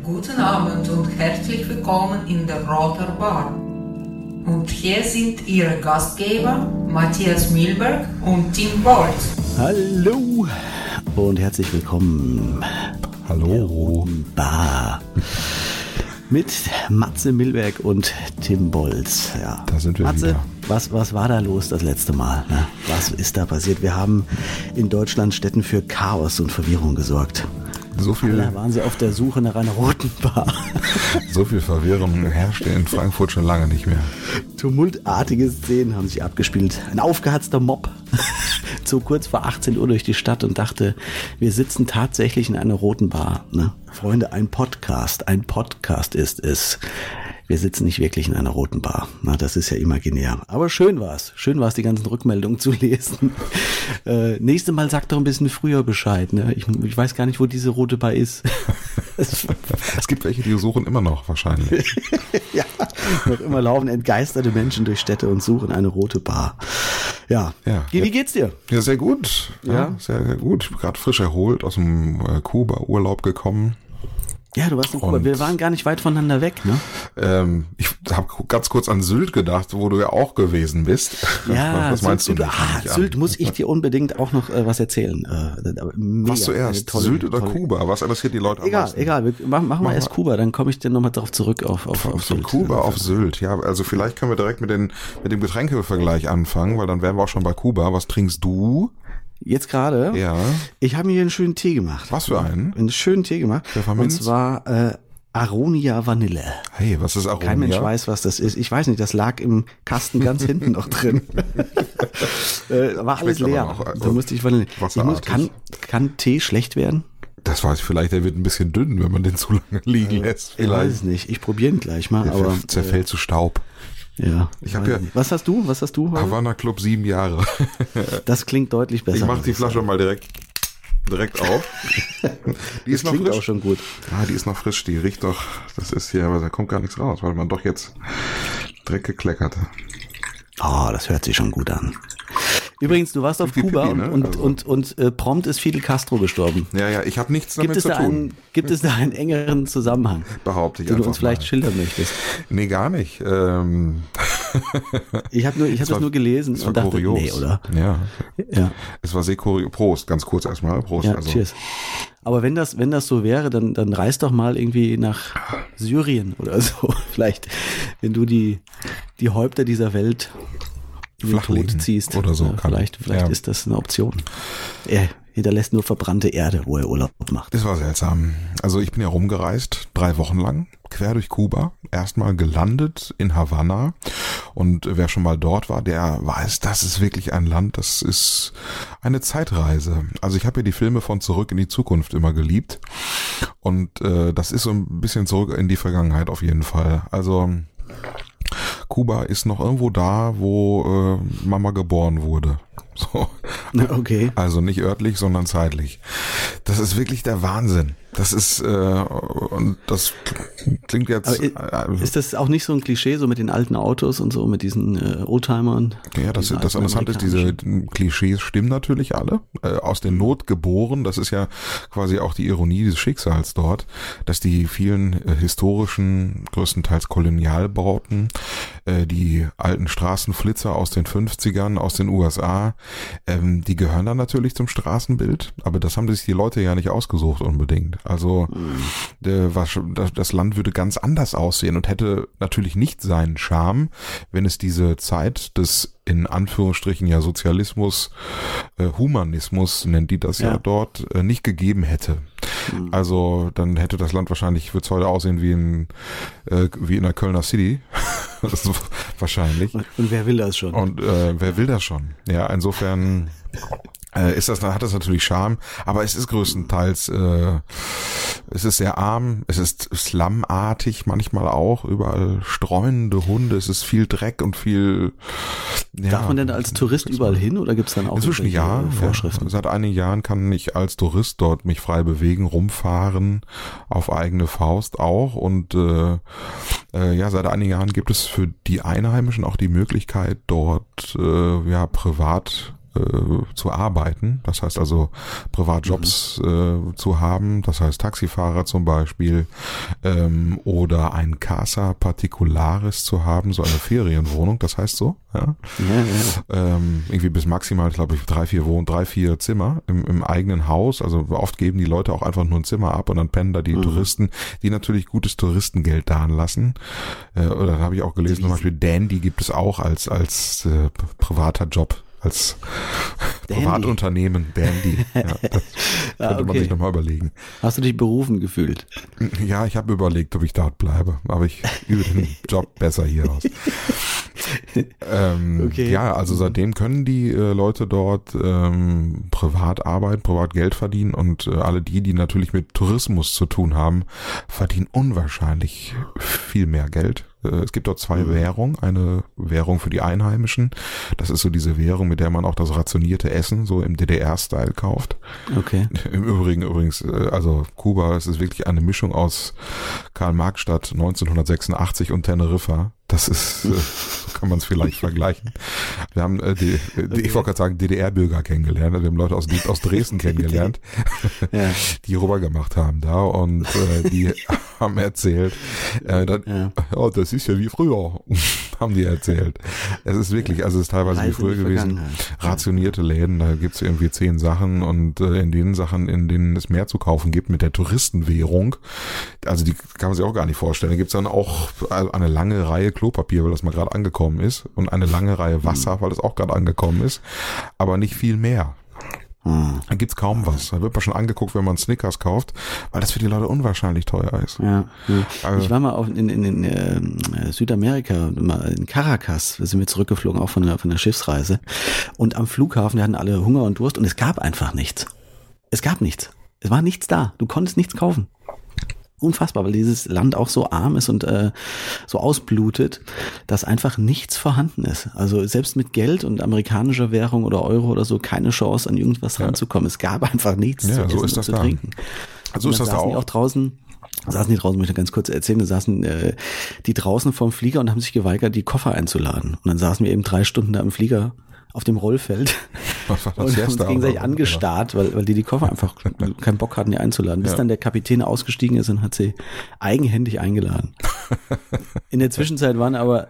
Guten Abend und herzlich willkommen in der Roter Bar. Und hier sind Ihre Gastgeber Matthias Milberg und Tim Bolz. Hallo und herzlich willkommen. Hallo. Der Roten Bar. Mit Matze Milberg und Tim Bolz. Ja. Da sind wir Matze, wieder. was war da los das letzte Mal? Ne? Was ist da passiert? Wir haben in Deutschland Städten für Chaos und Verwirrung gesorgt. So viel, Da waren sie auf der Suche nach einer roten Bar. so viel Verwirrung herrschte in Frankfurt schon lange nicht mehr. Tumultartige Szenen haben sich abgespielt. Ein aufgeheizter Mob zog kurz vor 18 Uhr durch die Stadt und dachte, wir sitzen tatsächlich in einer roten Bar. Ne? Freunde, ein Podcast ist es. Wir sitzen nicht wirklich in einer roten Bar. Na, das ist ja imaginär. Aber schön war's, die ganzen Rückmeldungen zu lesen. Nächste Mal sagt doch ein bisschen früher Bescheid. Ne? Ich weiß gar nicht, wo diese rote Bar ist. Es gibt welche, die suchen immer noch wahrscheinlich. Ja, noch immer laufen entgeisterte Menschen durch Städte und suchen eine rote Bar. Ja. Wie geht's dir? Ja, sehr gut. Ja? Sehr, sehr gut. Ich bin gerade frisch erholt aus dem Kuba-Urlaub gekommen. Ja, du warst in Kuba. Wir waren gar nicht weit voneinander weg, ne? Ich habe ganz kurz an Sylt gedacht, wo du ja auch gewesen bist. Ja, was meinst Sylt, du? Sylt muss ich dir unbedingt auch noch was erzählen. Was zuerst? Sylt oder Kuba? Was interessiert die Leute am meisten? Egal. Machen wir erst Kuba, dann komme ich dir nochmal darauf zurück auf Von Sylt. Kuba auf Sylt, ja. Also vielleicht können wir direkt mit dem Getränkevergleich anfangen, weil dann wären wir auch schon bei Kuba. Was trinkst du? Jetzt gerade? Ja. Ich habe mir hier einen schönen Tee gemacht. Was für einen? Einen schönen Tee gemacht. Pfefferminz? Und zwar Aronia Vanille. Hey, was ist Aronia? Kein Mensch weiß, was das ist. Ich weiß nicht, das lag im Kasten ganz hinten noch drin. War alles leer. Aber noch, Da musste ich Vanille. Kann Tee schlecht werden? Das weiß ich vielleicht, der wird ein bisschen dünn, wenn man den zu lange liegen lässt. Ich weiß es nicht. Ich probiere ihn gleich mal. Der Aber zerfällt zu Staub. ja. Ich habe ja. Was hast du heute? Havana Club 7 Jahre. Das klingt deutlich besser. Ich mache die Flasche mal direkt auf. Die ist Das noch klingt frisch. auch schon gut. Ah, die ist noch frisch. Die riecht doch. Das ist hier, aber da kommt gar nichts raus, weil man doch jetzt Dreck gekleckert hat. Oh, das hört sich schon gut an. Übrigens, du warst auf Pipi, Kuba ne? und prompt ist Fidel Castro gestorben. Ja, ich habe nichts damit Gibt es zu tun. gibt es da einen engeren Zusammenhang, Behaupte ich den du einfach uns vielleicht mal. schildern möchtest? Nee, gar nicht. Ich habe das nur gelesen Es war und dachte, kurios. nee, oder? Ja. Ja. Es war sehr kurios. Prost, ganz kurz erstmal. Prost. Ja, cheers. Aber wenn das so wäre, dann reist doch mal irgendwie nach Syrien oder so. Vielleicht, wenn du die Häupter dieser Welt in den Flachlegen Tod ziehst. oder so Ja, kann. vielleicht Ja. ist das eine Option. Er hinterlässt nur verbrannte Erde, wo er Urlaub macht. Das war seltsam. Also ich bin ja rumgereist, 3 Wochen lang, quer durch Kuba. Erstmal gelandet in Havanna. Und wer schon mal dort war, der weiß, das ist wirklich ein Land, das ist eine Zeitreise. Also ich habe ja die Filme von Zurück in die Zukunft immer geliebt. Und das ist so ein bisschen zurück in die Vergangenheit auf jeden Fall. Also Kuba ist noch irgendwo da, wo Mama geboren wurde. So. Okay. Also nicht örtlich, sondern zeitlich. Das ist wirklich der Wahnsinn. Das ist, und das klingt jetzt... Ist das auch nicht so ein Klischee, so mit den alten Autos und so, mit diesen Oldtimern? Ja, das Interessante ist, diese Klischees stimmen natürlich alle. Aus der Not geboren, das ist ja quasi auch die Ironie des Schicksals dort, dass die vielen historischen, größtenteils Kolonialbauten, die alten Straßenflitzer aus den 50ern, aus den USA, die gehören dann natürlich zum Straßenbild, aber das haben sich die Leute ja nicht ausgesucht unbedingt. Also das Land würde ganz anders aussehen und hätte natürlich nicht seinen Charme, wenn es diese Zeit des in Anführungsstrichen ja Sozialismus, Humanismus nennt die das ja dort, nicht gegeben hätte. Also dann hätte das Land wahrscheinlich, würde es heute aussehen wie in der Kölner City. Das ist wahrscheinlich. Und wer will das schon? Und wer will das schon? Ja, insofern hat das natürlich Charme, aber es ist größtenteils, es ist sehr arm, es ist slumartig manchmal auch, überall streunende Hunde, es ist viel Dreck und viel... Darf man denn als Tourist überall hin oder gibt es dann auch inzwischen Vorschriften? Ja. Seit einigen Jahren kann ich als Tourist dort mich frei bewegen, rumfahren, auf eigene Faust auch und seit einigen Jahren gibt es für die Einheimischen auch die Möglichkeit, dort privat zu arbeiten. Das heißt also Privatjobs zu haben. Das heißt Taxifahrer zum Beispiel oder ein Casa Particularis zu haben, so eine Ferienwohnung. Das heißt so. Ja. Irgendwie bis maximal, ich glaube, 3-4 Zimmer im eigenen Haus. Also oft geben die Leute auch einfach nur ein Zimmer ab und dann pennen da die Touristen, die natürlich gutes Touristengeld da lassen. Oder da habe ich auch gelesen, zum Beispiel Dandy gibt es auch als privater Job, als Privatunternehmen, Dandy. Ja, das könnte man sich nochmal überlegen. Hast du dich berufen gefühlt? Ja, ich habe überlegt, ob ich dort bleibe, aber ich übe den Job besser hier aus. Ja, also seitdem können die Leute dort privat arbeiten, privat Geld verdienen und alle die natürlich mit Tourismus zu tun haben, verdienen unwahrscheinlich viel mehr Geld. Es gibt dort 2 Währungen. Eine Währung für die Einheimischen. Das ist so diese Währung, mit der man auch das rationierte Essen so im DDR-Style kauft. Okay. Im Übrigen übrigens, also Kuba, es ist wirklich eine Mischung aus Karl-Marx-Stadt 1986 und Teneriffa. Das ist, so kann man es vielleicht vergleichen. Wir haben ich wollte gerade sagen, DDR-Bürger kennengelernt. Wir haben Leute aus Dresden kennengelernt, die rübergemacht haben da und die haben erzählt, oh, das ist ja wie früher, haben die erzählt. Es ist wirklich, also es ist teilweise wie früher gewesen. Rationierte Läden, da gibt's irgendwie 10 Sachen und in den Sachen, in denen es mehr zu kaufen gibt mit der Touristenwährung, also die kann man sich auch gar nicht vorstellen. Da gibt's dann auch eine lange Reihe Klopapier, weil das mal gerade angekommen ist und eine lange Reihe Wasser, weil das auch gerade angekommen ist, aber nicht viel mehr. Dann gibt's kaum was. Da wird man schon angeguckt, wenn man Snickers kauft, weil das für die Leute unwahrscheinlich teuer ist. Ja. Ich war mal in Südamerika, in Caracas, da sind wir zurückgeflogen, auch von der Schiffsreise. Und am Flughafen, die hatten alle Hunger und Durst und es gab einfach nichts. Es gab nichts. Es war nichts da. Du konntest nichts kaufen. Unfassbar, weil dieses Land auch so arm ist und so ausblutet, dass einfach nichts vorhanden ist. Also selbst mit Geld und amerikanischer Währung oder Euro oder so keine Chance, an irgendwas ranzukommen. Es gab einfach nichts zu essen und zu trinken. So ist das da auch. Saßen die draußen, möchte ich ganz kurz erzählen, da saßen die draußen vorm Flieger und haben sich geweigert, die Koffer einzuladen. Und dann saßen wir eben 3 Stunden da im Flieger auf dem Rollfeld und haben uns gegenseitig angestarrt, weil die Koffer einfach keinen Bock hatten, die einzuladen. Bis dann der Kapitän ausgestiegen ist und hat sie eigenhändig eingeladen. In der Zwischenzeit waren aber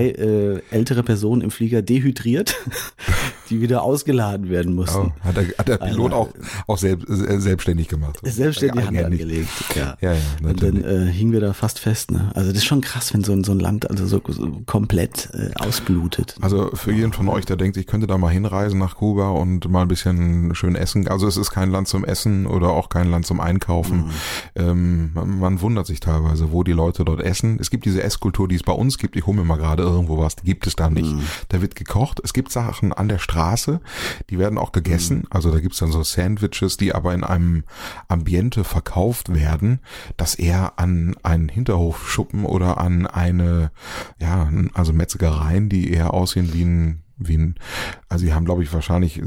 3 ältere Personen im Flieger dehydriert, die wieder ausgeladen werden mussten. Oh, hat der Pilot auch selbstständig gemacht. Selbstständig Hand angelegt, ja. Und dann hingen wir da fast fest. Ne? Also das ist schon krass, wenn so ein Land also so komplett ausblutet. Also für jeden von euch, der denkt, ich könnte da mal hinreisen nach Kuba und mal ein bisschen schön essen. Also es ist kein Land zum Essen oder auch kein Land zum Einkaufen. Man wundert sich teilweise, wo die Leute dort essen. Es gibt diese Esskultur, die es bei uns gibt. Ich hole mir mal gerade irgendwo was, die gibt es da nicht. Da wird gekocht. Es gibt Sachen an der Straße, die werden auch gegessen. Also da gibt es dann so Sandwiches, die aber in einem Ambiente verkauft werden, das eher an einen Hinterhofschuppen oder an eine, also Metzgereien, die eher aussehen also die haben, glaube ich, wahrscheinlich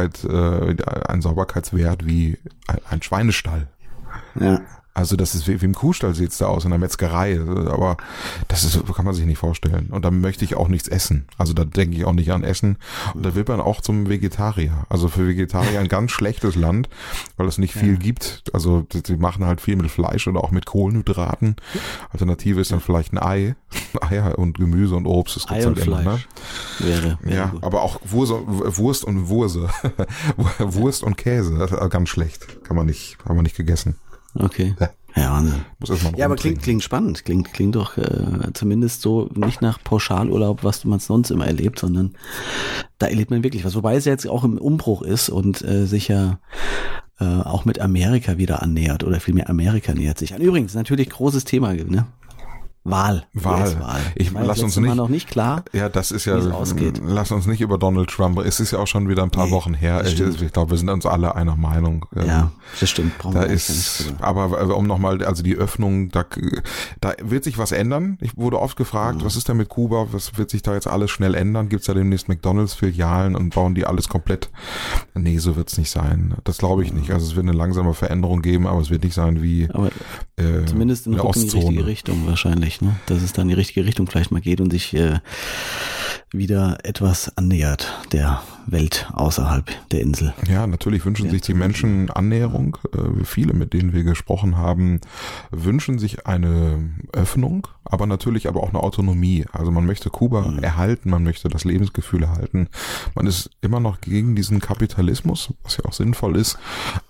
einen Sauberkeitswert wie ein Schweinestall. Ja. Also das ist wie im Kuhstall sieht's da aus, in der Metzgerei, aber kann man sich nicht vorstellen. Und da möchte ich auch nichts essen. Also da denke ich auch nicht an Essen. Und da wird man auch zum Vegetarier. Also für Vegetarier ein ganz schlechtes Land, weil es nicht viel gibt. Also die machen halt viel mit Fleisch oder auch mit Kohlenhydraten. Alternative ist dann vielleicht ein Ei. Eier und Gemüse und Obst, das gibt's halt immer. Ne? Wäre aber auch Wurst und Wurse. Wurst und Käse, das ist ganz schlecht. Haben wir nicht gegessen. Okay. Ja, Wahnsinn. Ja, aber klingt spannend. Klingt doch zumindest so nicht nach Pauschalurlaub, was man sonst immer erlebt, sondern da erlebt man wirklich was. Wobei es jetzt auch im Umbruch ist und sich ja auch mit Amerika wieder annähert oder vielmehr Amerika nähert sich an. Übrigens, natürlich großes Thema, ne? Wahl. Lass uns nicht. Noch nicht klar. Ja, das ist ja. Wie es ausgeht. Lass uns nicht über Donald Trump. Es ist ja auch schon wieder ein paar Wochen her. Ich glaube, wir sind uns alle einer Meinung. Ja, das stimmt. Aber um nochmal, also die Öffnung, da wird sich was ändern. Ich wurde oft gefragt, was ist denn mit Kuba? Was wird sich da jetzt alles schnell ändern? Gibt's da demnächst McDonalds-Filialen und bauen die alles komplett? Nee, so wird's nicht sein. Das glaube ich nicht. Also es wird eine langsame Veränderung geben, aber es wird nicht sein wie zumindest in die richtige Richtung wahrscheinlich. Ne? Dass es dann in die richtige Richtung vielleicht mal geht und sich wieder etwas annähert der Welt außerhalb der Insel. Ja, natürlich wünschen sich die Menschen Annäherung. Viele, mit denen wir gesprochen haben, wünschen sich eine Öffnung, aber natürlich aber auch eine Autonomie. Also man möchte Kuba erhalten, man möchte das Lebensgefühl erhalten. Man ist immer noch gegen diesen Kapitalismus, was ja auch sinnvoll ist,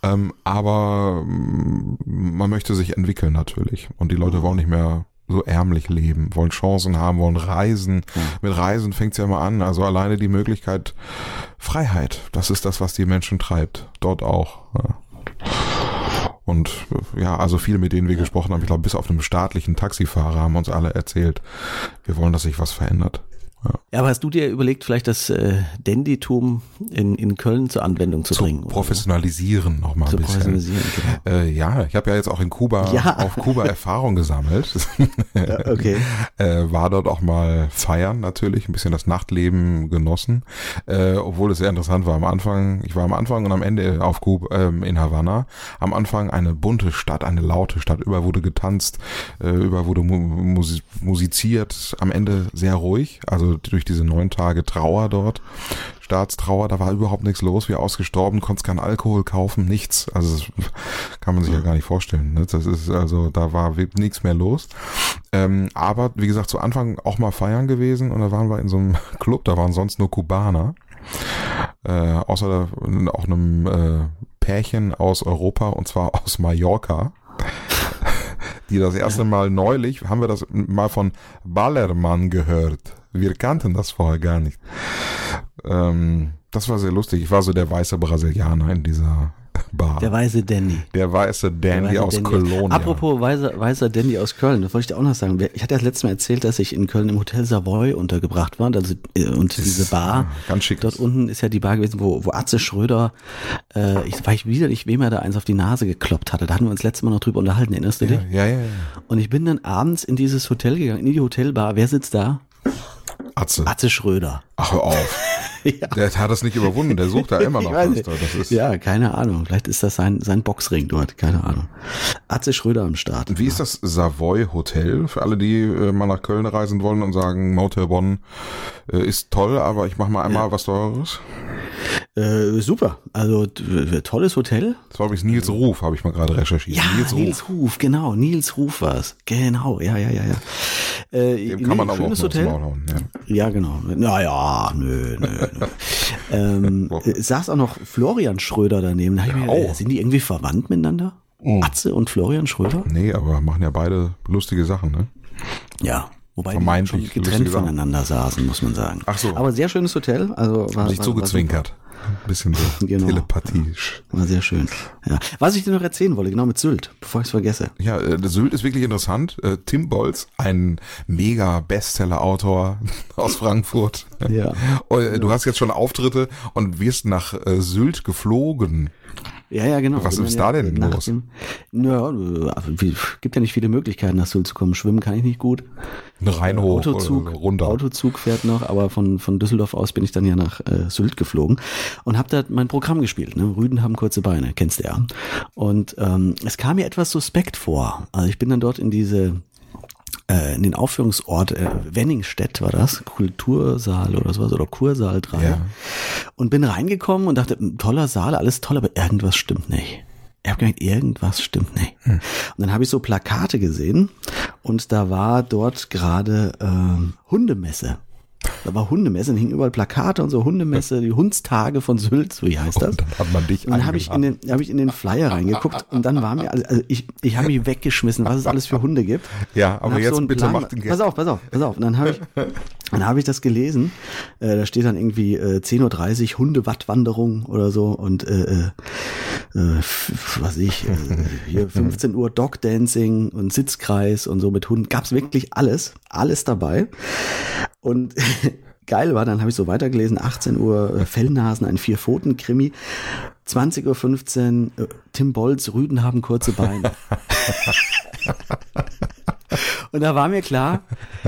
aber man möchte sich entwickeln natürlich. Und die Leute wollen nicht mehr so ärmlich leben, wollen Chancen haben, wollen reisen. Mit Reisen fängt es ja mal an. Also alleine die Möglichkeit Freiheit, das ist das, was die Menschen treibt. Dort auch. Ja. Und ja, also viele, mit denen wir gesprochen haben, ich glaube, bis auf einen staatlichen Taxifahrer haben uns alle erzählt, wir wollen, dass sich was verändert. Ja, aber hast du dir überlegt, vielleicht das Dandytum in Köln zur Anwendung zu bringen? Professionalisieren noch mal ein bisschen. Professionalisieren, genau. Ja, ich habe ja jetzt auch in Kuba, auf Kuba Erfahrung gesammelt. Okay. War dort auch mal feiern natürlich, ein bisschen das Nachtleben genossen, obwohl es sehr interessant war. Ich war am Anfang und am Ende auf Kuba, in Havanna. Am Anfang eine bunte Stadt, eine laute Stadt, überall wurde getanzt, überall wurde musiziert, am Ende sehr ruhig, also durch diese 9 Tage Trauer dort, Staatstrauer, da war überhaupt nichts los, wie ausgestorben, konntest keinen Alkohol kaufen, nichts, also das kann man sich ja gar nicht vorstellen, ne? Das ist also, da war nichts mehr los, aber wie gesagt, zu Anfang auch mal feiern gewesen und da waren wir in so einem Club, da waren sonst nur Kubaner, außer auch einem Pärchen aus Europa und zwar aus Mallorca, die das erste Mal neulich, haben wir das mal von Ballermann gehört. Wir kannten das vorher gar nicht. Das war sehr lustig. Ich war so der weiße Brasilianer in dieser Bar. Der weiße Dandy. Der weiße Dandy aus Köln. Apropos weißer Dandy aus Köln, das wollte ich dir auch noch sagen. Ich hatte das letzte Mal erzählt, dass ich in Köln im Hotel Savoy untergebracht war. Und diese Bar, ganz schick. Dort unten ist ja die Bar gewesen, wo Atze Schröder, ich widerlich, wem er da eins auf die Nase gekloppt hatte. Da hatten wir uns letztes Mal noch drüber unterhalten, erinnerst du dich? Ja. Und ich bin dann abends in dieses Hotel gegangen, in die Hotelbar. Wer sitzt da? Atze Schröder. Ach, hör auf. Ja. Der hat das nicht überwunden, der sucht da immer noch was. Das ist ja, keine Ahnung. Vielleicht ist das sein Boxring dort, keine Ahnung. Atze Schröder am Start. Wie ist das Savoy Hotel? Für alle, die mal nach Köln reisen wollen und sagen, Motel Bonn ist toll, aber ich mache mal einmal was Teures. Super, also tolles Hotel. Das war übrigens Nils Ruf, habe ich mal gerade recherchiert. Ja, Nils Ruf, genau, Nils Ruf war es. Genau, ja. Dem kann man aber auch noch ins Maul hauen. Ja, genau. Naja, nö. Saß auch noch Florian Schröder daneben. Da hab ich mir, sind die irgendwie verwandt miteinander? Atze und Florian Schröder? Nee, aber machen ja beide lustige Sachen, ne? Ja. Wobei die schon getrennt voneinander saßen, muss man sagen. Ach so. Aber sehr schönes Hotel. Also war sich zugezwinkert. Ein bisschen so telepathisch. War sehr schön. Ja. Was ich dir noch erzählen wollte, genau mit Sylt, bevor ich es vergesse. Ja, Sylt ist wirklich interessant. Tim Bolz, ein mega Bestseller-Autor aus Frankfurt. Ja. Du hast jetzt schon Auftritte und wirst nach Sylt geflogen. Ja, genau. Was ist da denn los? Gibt ja nicht viele Möglichkeiten, nach Sylt zu kommen. Schwimmen kann ich nicht gut. Rein hoch, runter. Autozug fährt noch, aber von Düsseldorf aus bin ich dann ja nach Sylt geflogen und habe da mein Programm gespielt. Ne? Rüden haben kurze Beine, kennst du ja. Und es kam mir etwas suspekt vor. Also ich bin dann dort in in den Aufführungsort Wenningstedt war das, Kultursaal oder sowas, oder Kursaal 3. Ja. Und bin reingekommen und dachte, toller Saal, alles toll, aber irgendwas stimmt nicht. Ich habe gemerkt, irgendwas stimmt nicht. Und dann habe ich so Plakate gesehen und da war dort gerade Hundemesse. Da war Hundemesse, dann hingen überall Plakate und so Hundemesse, die Hundstage von Sylt, so wie heißt das. Und dann hat man dich und dann habe ich in den Flyer reingeguckt und dann war mir, also ich habe mich weggeschmissen, was es alles für Hunde gibt. Ja, aber jetzt so bitte mach den Pass auf. Und dann habe ich das gelesen, da steht dann irgendwie 10:30 Uhr Hundewattwanderung oder so und hier 15 Uhr Dogdancing und Sitzkreis und so mit Hunden. Gab's wirklich alles dabei. Und geil war, dann habe ich so weitergelesen, 18 Uhr Fellnasen, ein 4-Pfoten-Krimi, 20:15 Uhr Tim Bolz, Rüden haben kurze Beine. Und da war mir klar,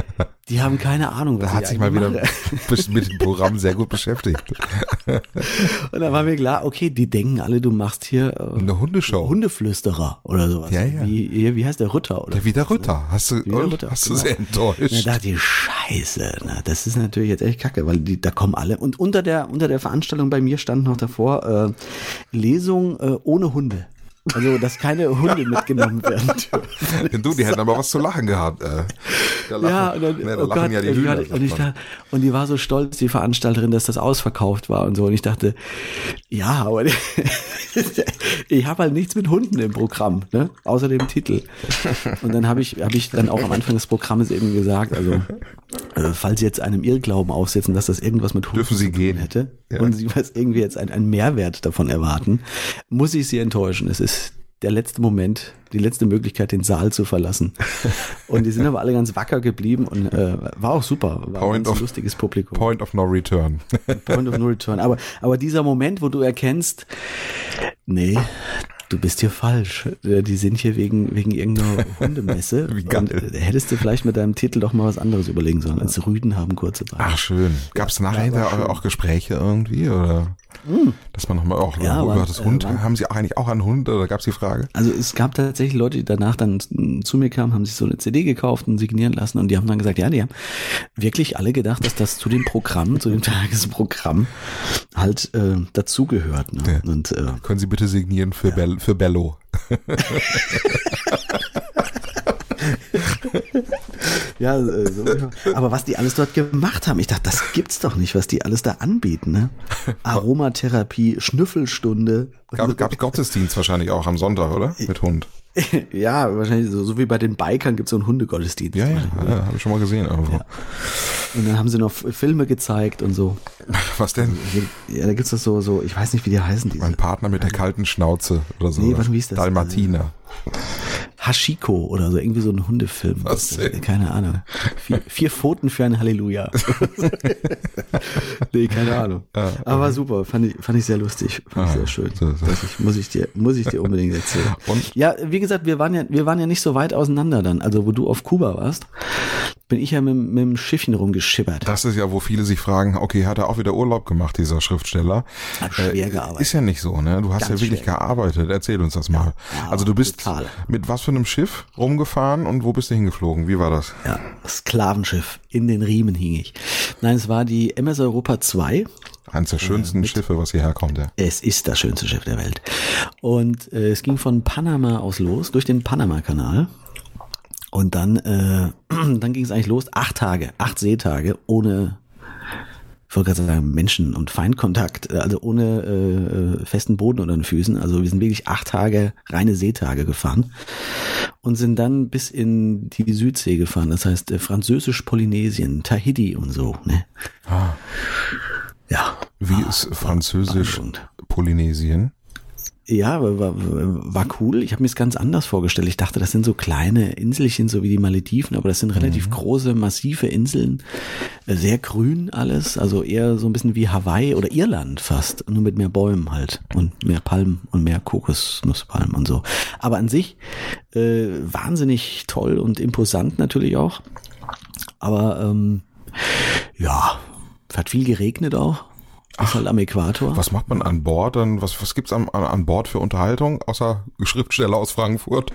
Die haben keine Ahnung, was Da hat sich mal wieder mit dem Programm sehr gut beschäftigt. Und dann war mir klar, okay, die denken alle, du machst hier eine Hundeshow. Hundeflüsterer oder sowas. Ja, ja. Wie heißt der Ritter? Oder? Ja, wie der Ritter. Hast du sehr enttäuscht? Da dachte ich, scheiße, das ist natürlich jetzt echt kacke, weil da kommen alle. Und unter der Veranstaltung bei mir stand noch davor, Lesung ohne Hunde. Also, dass keine Hunde mitgenommen werden dürfen. Die hätten aber was zu lachen gehabt. Da lachen ja die Hühner. Und die war so stolz, die Veranstalterin, dass das ausverkauft war und so. Und ich dachte, ja, aber ich habe halt nichts mit Hunden im Programm, ne? Außer dem Titel. Und dann habe ich dann auch am Anfang des Programmes eben gesagt, also falls Sie jetzt einem Irrglauben aufsetzen, dass das irgendwas mit Hunden dürfen Sie zu tun gehen hätte, ja. Und Sie was irgendwie jetzt einen Mehrwert davon erwarten, muss ich Sie enttäuschen. Es ist der letzte Moment, die letzte Möglichkeit, den Saal zu verlassen. Und die sind aber alle ganz wacker geblieben und war auch super. War ein lustiges Publikum. Point of no return. Point of no return. Aber dieser Moment, wo du erkennst, nee, du bist hier falsch. Die sind hier wegen irgendeiner Hundemesse. Wie geil. Und hättest du vielleicht mit deinem Titel doch mal was anderes überlegen sollen, als Rüden haben kurze Beine. Ach, schön. Gab es nachher auch Gespräche irgendwie? Oder dass man nochmal auch, das Hund, haben Sie eigentlich auch einen Hund? Oder gab es die Frage? Also es gab tatsächlich Leute, die danach dann zu mir kamen, haben sich so eine CD gekauft und signieren lassen und die haben dann gesagt, ja, die haben wirklich alle gedacht, dass das zu dem Programm, zu dem Tagesprogramm halt dazugehört. Ne? Ja. Und, können Sie bitte signieren für Bello? Ja, so. Aber was die alles dort gemacht haben, ich dachte, das gibt's doch nicht, was die alles da anbieten, ne? Aromatherapie, Schnüffelstunde. Gab Gottesdienst wahrscheinlich auch am Sonntag, oder? Mit Hund. Ja, wahrscheinlich so wie bei den Bikern gibt's so einen Hundegottesdienst. Ja, habe ich schon mal gesehen irgendwo. Ja. Und dann haben sie noch Filme gezeigt und so. Was denn? Ja, da gibt's das so, ich weiß nicht, wie die heißen. Mein Partner mit der kalten Schnauze oder so. Nee, wie ist das? Dalmatiner. Hashiko oder so, irgendwie so ein Hundefilm. Was denn? Keine Ahnung. Vier Pfoten für ein Halleluja. Nee, keine Ahnung. Aber war super, fand ich sehr lustig, fand ich sehr schön. So. Muss ich dir unbedingt erzählen. Und? Ja, wie gesagt, wir waren ja nicht so weit auseinander dann. Also wo du auf Kuba warst, bin ich ja mit dem Schiffchen rumgeschippert. Das ist ja, wo viele sich fragen, okay, hat er auch wieder Urlaub gemacht, dieser Schriftsteller? Hat schwer gearbeitet. Ist ja nicht so, ne? Du hast Ganz ja wirklich schwer gearbeitet. Erzähl uns das mal. Ja, also du bist total. mit was für einem Schiff rumgefahren und wo bist du hingeflogen? Wie war das? Ja, Sklavenschiff. In den Riemen hing ich. Nein, es war die MS Europa 2. Eines der schönsten Schiffe, was hierher kommt, ja. Es ist das schönste Schiff der Welt. Und es ging von Panama aus los, durch den Panama-Kanal. Und dann ging es eigentlich los, 8 Seetage ohne, ich wollte gerade sagen, Menschen- und Feindkontakt, also ohne festen Boden unter den Füßen. Also wir sind wirklich 8 Tage reine Seetage gefahren und sind dann bis in die Südsee gefahren. Das heißt Französisch-Polynesien, Tahiti und so. Ne? Ah. Ja. Wie ist Französisch Polynesien? Ja, war cool. Ich habe mir es ganz anders vorgestellt. Ich dachte, das sind so kleine Inselchen, so wie die Malediven, aber das sind relativ große, massive Inseln. Sehr grün alles, also eher so ein bisschen wie Hawaii oder Irland fast, nur mit mehr Bäumen halt und mehr Palmen und mehr Kokosnusspalmen und so. Aber an sich wahnsinnig toll und imposant natürlich auch. Aber ja, hat viel geregnet auch. Ist halt am Äquator. Was macht man an Bord? Was gibt's an Bord für Unterhaltung, außer Schriftsteller aus Frankfurt?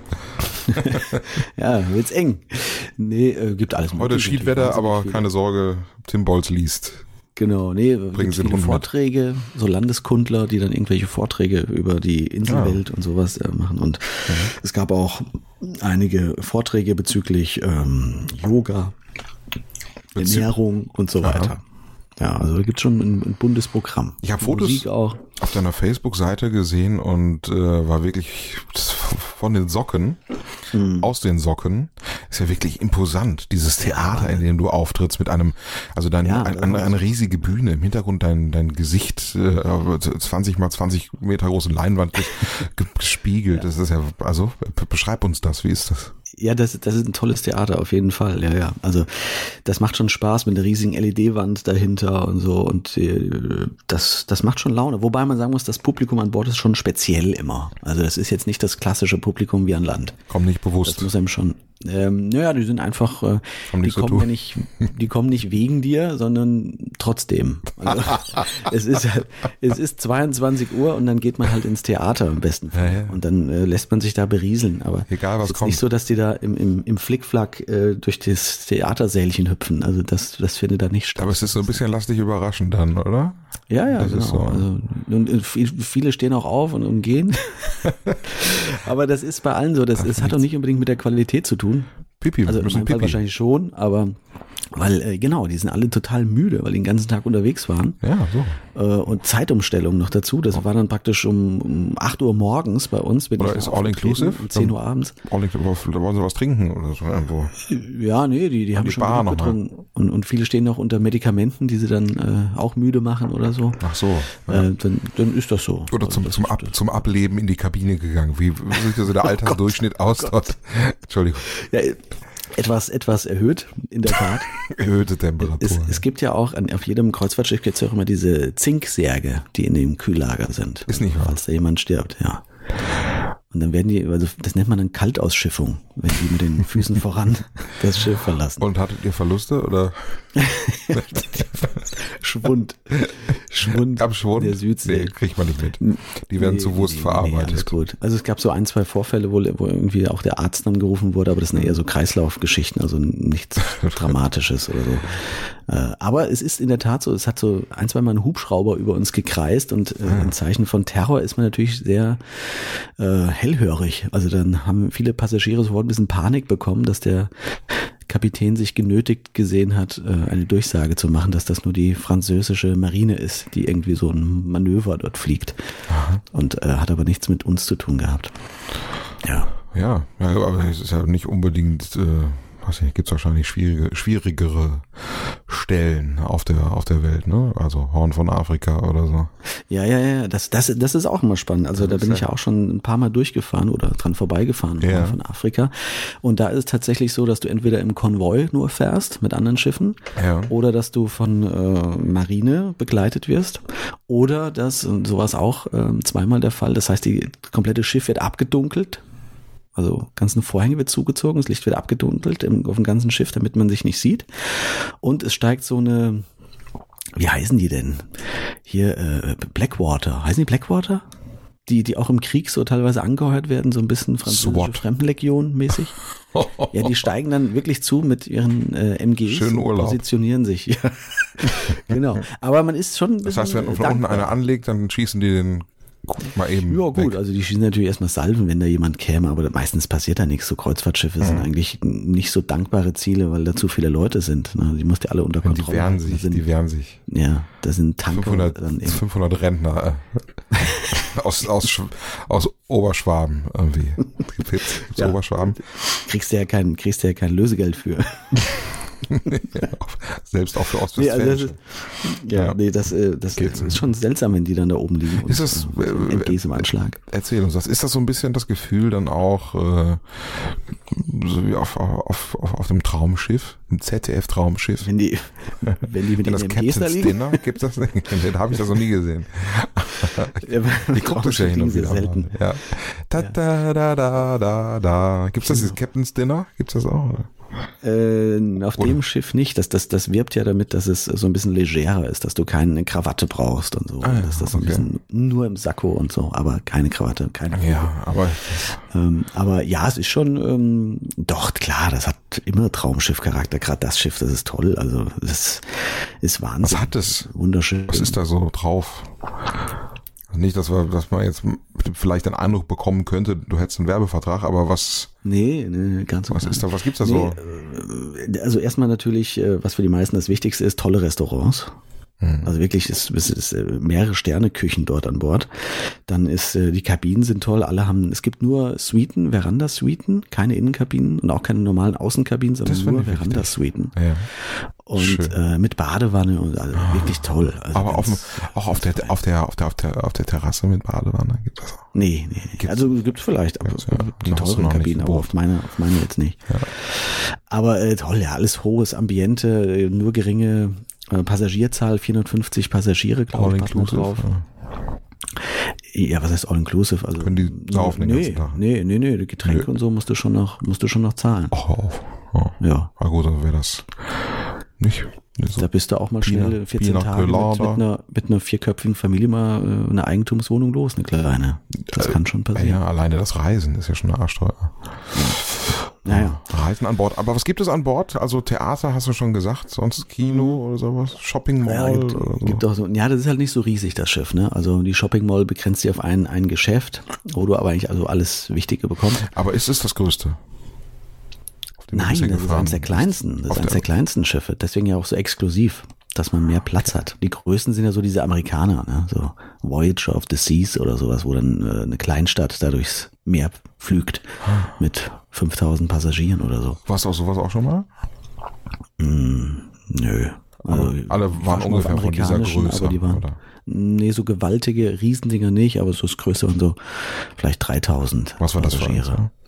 Ja, wird's eng. Nee, gibt alles. Heute Schiedwetter, aber keine Sorge, Tim Bolz liest. Genau, nee, bringen Sie viele Vorträge, so Landeskundler, die dann irgendwelche Vorträge über die Inselwelt und sowas machen. Und es gab auch einige Vorträge bezüglich Yoga, Ernährung und so weiter. Ja, also da gibt's schon ein buntes Programm. Ich habe Fotos auch auf deiner Facebook-Seite gesehen und war wirklich von den Socken, aus den Socken, ist ja wirklich imposant, dieses Theater, in dem du auftrittst mit einem, also eine riesige Bühne, im Hintergrund dein Gesicht 20 mal 20 Meter großen Leinwand gespiegelt. Das ist ja, also beschreib uns das, wie ist das? Ja, das ist ein tolles Theater, auf jeden Fall, ja. Also das macht schon Spaß mit der riesigen LED-Wand dahinter und so und das macht schon Laune. Wobei man sagen muss, das Publikum an Bord ist schon speziell immer. Also das ist jetzt nicht das klassische Publikum wie an Land. Kommt nicht bewusst. Das muss einem schon... die sind einfach, die kommen nicht wegen dir, sondern trotzdem. Also, es ist 22 Uhr und dann geht man halt ins Theater am besten. Ja. Und dann lässt man sich da berieseln. Aber egal, was es ist kommt. Nicht so, dass die da im Flickflack durch das Theatersälchen hüpfen. Also das findet da nicht statt. Aber es ist so ein bisschen lass dich überraschen dann, oder? Ja, das genau. Ist so. Also, und viele stehen auch auf und gehen. Aber das ist bei allen so. Es hat auch nicht unbedingt mit der Qualität zu tun. Pipi, also in meinem Fall wahrscheinlich schon, aber weil, die sind alle total müde, weil die den ganzen Tag unterwegs waren. Ja, so. Und Zeitumstellung noch dazu. Das war dann praktisch um 8 Uhr morgens bei uns. Oder ist All-Inclusive? Um 10 Uhr abends. All-Inclusive, da wollen sie was trinken oder so irgendwo. Ja, nee, die haben schon Bar genug getrunken. Und viele stehen noch unter Medikamenten, die sie dann auch müde machen oder so. Ach so. Ja. Dann ist das so. Oder zum Ableben in die Kabine gegangen. Wie sieht so der Altersdurchschnitt aus dort? Entschuldigung. Ja, etwas erhöht, in der Tat. Erhöhte Temperatur. Es gibt ja auch, auf jedem Kreuzfahrtschiff gibt es ja auch immer diese Zinksärge, die in dem Kühllager sind. Ist nicht wahr. Falls da jemand stirbt, ja. Und dann werden die, also das nennt man dann Kaltausschiffung, wenn die mit den Füßen voran das Schiff verlassen. Und hattet ihr Verluste oder? Schwund Gab Schwund? der Südsee. Nee, kriegt man nicht mit. Die werden zu Wurst verarbeitet. Alles gut. Also es gab so 1, 2 Vorfälle, wo irgendwie auch der Arzt dann gerufen wurde, aber das sind eher so Kreislaufgeschichten, also nichts Dramatisches oder so. Aber es ist in der Tat so, es hat so 1, 2 Mal ein Hubschrauber über uns gekreist und ein Zeichen von Terror ist man natürlich sehr hellhörig. Also dann haben viele Passagiere sofort ein bisschen Panik bekommen, dass der Kapitän sich genötigt gesehen hat, eine Durchsage zu machen, dass das nur die französische Marine ist, die irgendwie so ein Manöver dort fliegt. Aha. Und hat aber nichts mit uns zu tun gehabt. Ja, aber es ist ja nicht unbedingt, gibt es wahrscheinlich schwierigere Stellen auf der Welt, ne? Also Horn von Afrika oder so. Ja, das ist auch immer spannend. Also da bin ich ja auch schon ein paar Mal durchgefahren oder dran vorbeigefahren, Horn von Afrika. Und da ist es tatsächlich so, dass du entweder im Konvoi nur fährst mit anderen Schiffen oder dass du von Marine begleitet wirst oder dass, und sowas auch zweimal der Fall, das heißt, die komplette Schiff wird abgedunkelt. Also ganzen Vorhänge wird zugezogen, das Licht wird abgedunkelt auf dem ganzen Schiff, damit man sich nicht sieht. Und es steigt so eine, wie heißen die denn? Hier Blackwater. Heißen die Blackwater? Die auch im Krieg so teilweise angeheuert werden, so ein bisschen französische Fremdenlegion mäßig. Ja, die steigen dann wirklich zu mit ihren MGs. Schönen Urlaub. Positionieren sich. Ja. Genau. Aber man ist schon ein bisschen. Das heißt, wenn von unten einer anlegt, dann schießen die den mal eben. Ja gut, weg. also die schießen natürlich erstmal Salven, wenn da jemand käme, aber meistens passiert da nichts. So Kreuzfahrtschiffe sind eigentlich nicht so dankbare Ziele, weil da zu viele Leute sind. Die musst du alle unter Kontrolle haben. Die wehren sich. Ja, da sind Tanker. 500 Rentner aus Oberschwaben irgendwie. Gibt's Oberschwaben? Kriegst du ja kein Lösegeld für. Selbst auch für Ostwestfälische. Das ist schon seltsam, wenn die dann da oben liegen. Ist das MGs im Anschlag? Erzähl uns das. Ist das so ein bisschen das Gefühl dann auch so wie auf dem Traumschiff, im ZDF-Traumschiff? Wenn die mit den MGs da liegen? Dinner, gibt's das nicht? Den habe ich das noch nie gesehen. Ich gucke das ja hin und wieder. Selten. Ja. Da. Gibt's das Captain's Dinner? Gibt's das auch? Oder? Auf dem Schiff nicht. Das wirbt ja damit, dass es so ein bisschen legerer ist, dass du keine Krawatte brauchst und so. Dass das ein bisschen nur im Sakko und so, aber keine Krawatte, keine Hose. Ja, aber ja, es ist schon, doch, klar, das hat immer Traumschiff-Charakter. Gerade das Schiff, das ist toll. Also, das ist Wahnsinn. Was hat es? Wunderschön. Was ist da so drauf? Nicht, dass man jetzt vielleicht den Eindruck bekommen könnte, du hättest einen Werbevertrag, aber was? Nee, ganz was ist da? Was gibt's da so? Also erstmal natürlich, was für die meisten das Wichtigste ist, tolle Restaurants. Also wirklich, es ist mehrere Sterne-Küchen dort an Bord. Dann die Kabinen sind toll. Es gibt nur Suiten, Veranda-Suiten, keine Innenkabinen und auch keine normalen Außenkabinen, sondern nur Veranda-Suiten. Ja. Und mit Badewanne und also wirklich toll. Also aber auch auf der Terrasse mit Badewanne gibt es auch. Nee. Also gibt's vielleicht, aber die teuren Kabinen, aber auf meine jetzt nicht. Ja. Aber toll, ja, alles hohes Ambiente, nur geringe Passagierzahl, 450 Passagiere, glaube ich, passen drauf. Ja, was heißt all-inclusive? Also, können die saufen den ganzen Tag? Nee, die Getränke und so musst du schon noch zahlen. Ja. Na gut, dann wäre das nicht so. Da bist du auch mal schnell 14 Tage mit einer 4-köpfigen Familie mal eine Eigentumswohnung los, eine kleine. Das kann schon passieren. Ja, alleine das Reisen ist ja schon eine Arschteuer. Ja. Reisen an Bord. Aber was gibt es an Bord? Also Theater hast du schon gesagt, sonst Kino oder sowas? Shopping Mall oder so? Gibt auch so. Ja, das ist halt nicht so riesig, das Schiff, ne? Also die Shopping Mall begrenzt sich auf ein Geschäft, wo du aber eigentlich also alles Wichtige bekommst. Aber ist es das Größte? Nein, das ist eines der kleinsten. Das ist eines der kleinsten Schiffe. Deswegen ja auch so exklusiv, dass man mehr Platz hat. Die größten sind ja so diese Amerikaner, ne? So Voyager of the Seas oder sowas, wo dann eine Kleinstadt da durchs Meer pflügt mit 5000 Passagieren oder so. Warst du auch sowas auch schon mal? Nö. Also alle waren ungefähr von dieser Größe, aber die waren, oder? Nee, so gewaltige Riesendinger nicht, aber so das Größte waren so vielleicht 3000 Was war Passagiere. Das für eins,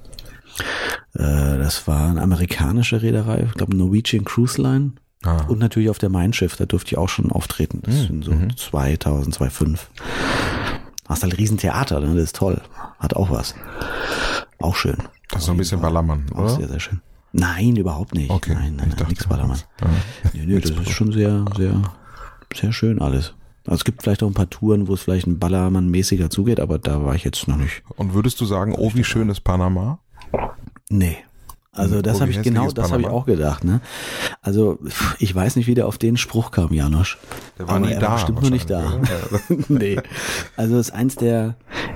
ja? Das war eine amerikanische Reederei, ich glaube Norwegian Cruise Line. Und natürlich auf der Mein Schiff, da durfte ich auch schon auftreten. Das sind so 2000, 2,5. Hast halt Riesentheater, ne? Das ist toll. Hat auch was. Auch schön. Das ist so ein bisschen Ballermann, oder? Auch sehr, sehr schön. Nein, überhaupt nicht. Okay. Nein, nichts Ballermann. Nee, das ist schon sehr, sehr, sehr schön alles. Also es gibt vielleicht auch ein paar Touren, wo es vielleicht ein Ballermann-mäßiger zugeht, aber da war ich jetzt noch nicht. Und würdest du sagen, oh, wie schön ist Panama? Nee. Also das habe ich auch gedacht, ne? Also ich weiß nicht, wie der auf den Spruch kam, Janosch. Der war nie da. Bestimmt nur nicht da. Nee. Also es ist eins der,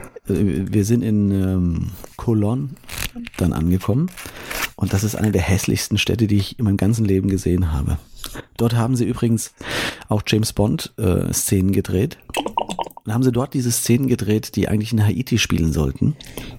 wir sind in Colón dann angekommen und das ist eine der hässlichsten Städte, die ich in meinem ganzen Leben gesehen habe. Dort haben sie übrigens auch James Bond Szenen gedreht. Dann haben sie dort diese Szenen gedreht, die eigentlich in Haiti spielen sollten.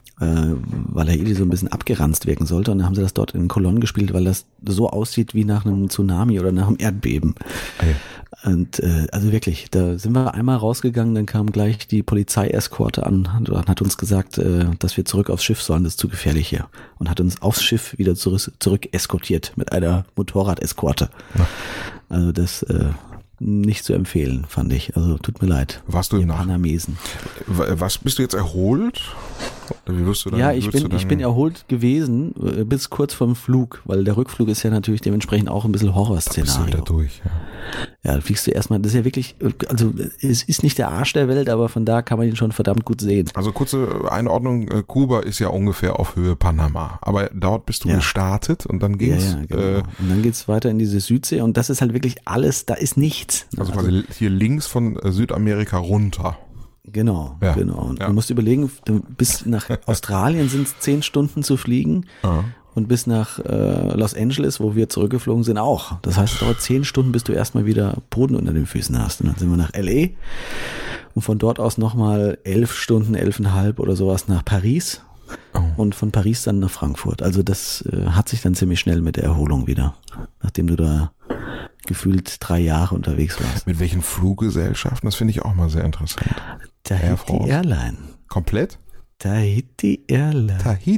Weil Haiti so ein bisschen abgeranzt wirken sollte. Und dann haben sie das dort in Colón gespielt, weil das so aussieht wie nach einem Tsunami oder nach einem Erdbeben. Okay. Und also wirklich, da sind wir einmal rausgegangen, dann kam gleich die Polizeieskorte an und hat uns gesagt, dass wir zurück aufs Schiff sollen, das ist zu gefährlich hier. Und hat uns aufs Schiff wieder zurück eskortiert mit einer Motorradeskorte. Ja. Also das nicht zu empfehlen, fand ich. Also tut mir leid. Warst du im Panamesen. Was, bist du jetzt erholt? Wie wirst du dann, ja, ich bin erholt gewesen bis kurz vorm Flug, weil der Rückflug ist ja natürlich dementsprechend auch ein bisschen Horrorszenario. Da bist du wieder durch, ja, da fliegst du erstmal, das ist ja wirklich, also es ist nicht der Arsch der Welt, aber von da kann man ihn schon verdammt gut sehen. Also kurze Einordnung, Kuba ist ja ungefähr auf Höhe Panama, aber dort bist du gestartet und dann ging's. Ja, genau. Und dann geht's weiter in diese Südsee und das ist halt wirklich alles, da ist nichts. Also quasi hier links von Südamerika runter. Genau. Und du musst überlegen, bis nach Australien sind es 10 Stunden zu fliegen und bis nach Los Angeles, wo wir zurückgeflogen sind, auch. Das heißt, es dauert 10 Stunden, bis du erstmal wieder Boden unter den Füßen hast. Und dann sind wir nach L.A. und von dort aus nochmal 11 Stunden, 11,5 oder sowas nach Paris und von Paris dann nach Frankfurt. Also das hat sich dann ziemlich schnell mit der Erholung wieder, nachdem du da gefühlt 3 Jahre unterwegs warst. Mit welchen Fluggesellschaften? Das finde ich auch mal sehr interessant. Tahiti Airline. Komplett? Tahiti Airline.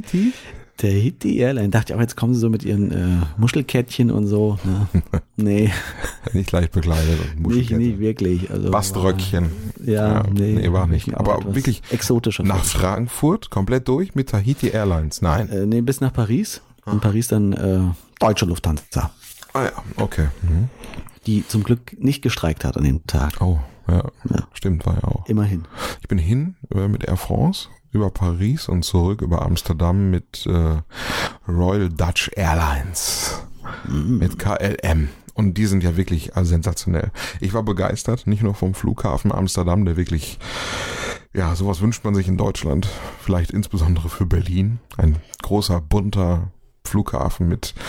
Tahiti Airline. Dachte ich auch, jetzt kommen sie so mit ihren Muschelkettchen und so. Ne? Nee. Nicht leicht bekleidet. Nicht wirklich. Also Baströckchen. Nee, war nicht. Aber wirklich exotischer. Nach Frankfurt komplett durch mit Tahiti Airlines? Nein. Nee, bis nach Paris. Und Paris dann deutsche Lufthansa. Ah ja, okay. Mhm. Die zum Glück nicht gestreikt hat an dem Tag. Oh, ja. Stimmt, war ja auch. Immerhin. Ich bin hin mit Air France über Paris und zurück über Amsterdam mit Royal Dutch Airlines, mit KLM. Und die sind ja wirklich sensationell. Ich war begeistert, nicht nur vom Flughafen Amsterdam, der wirklich, ja, sowas wünscht man sich in Deutschland, vielleicht insbesondere für Berlin. Ein großer, bunter Flughafen mit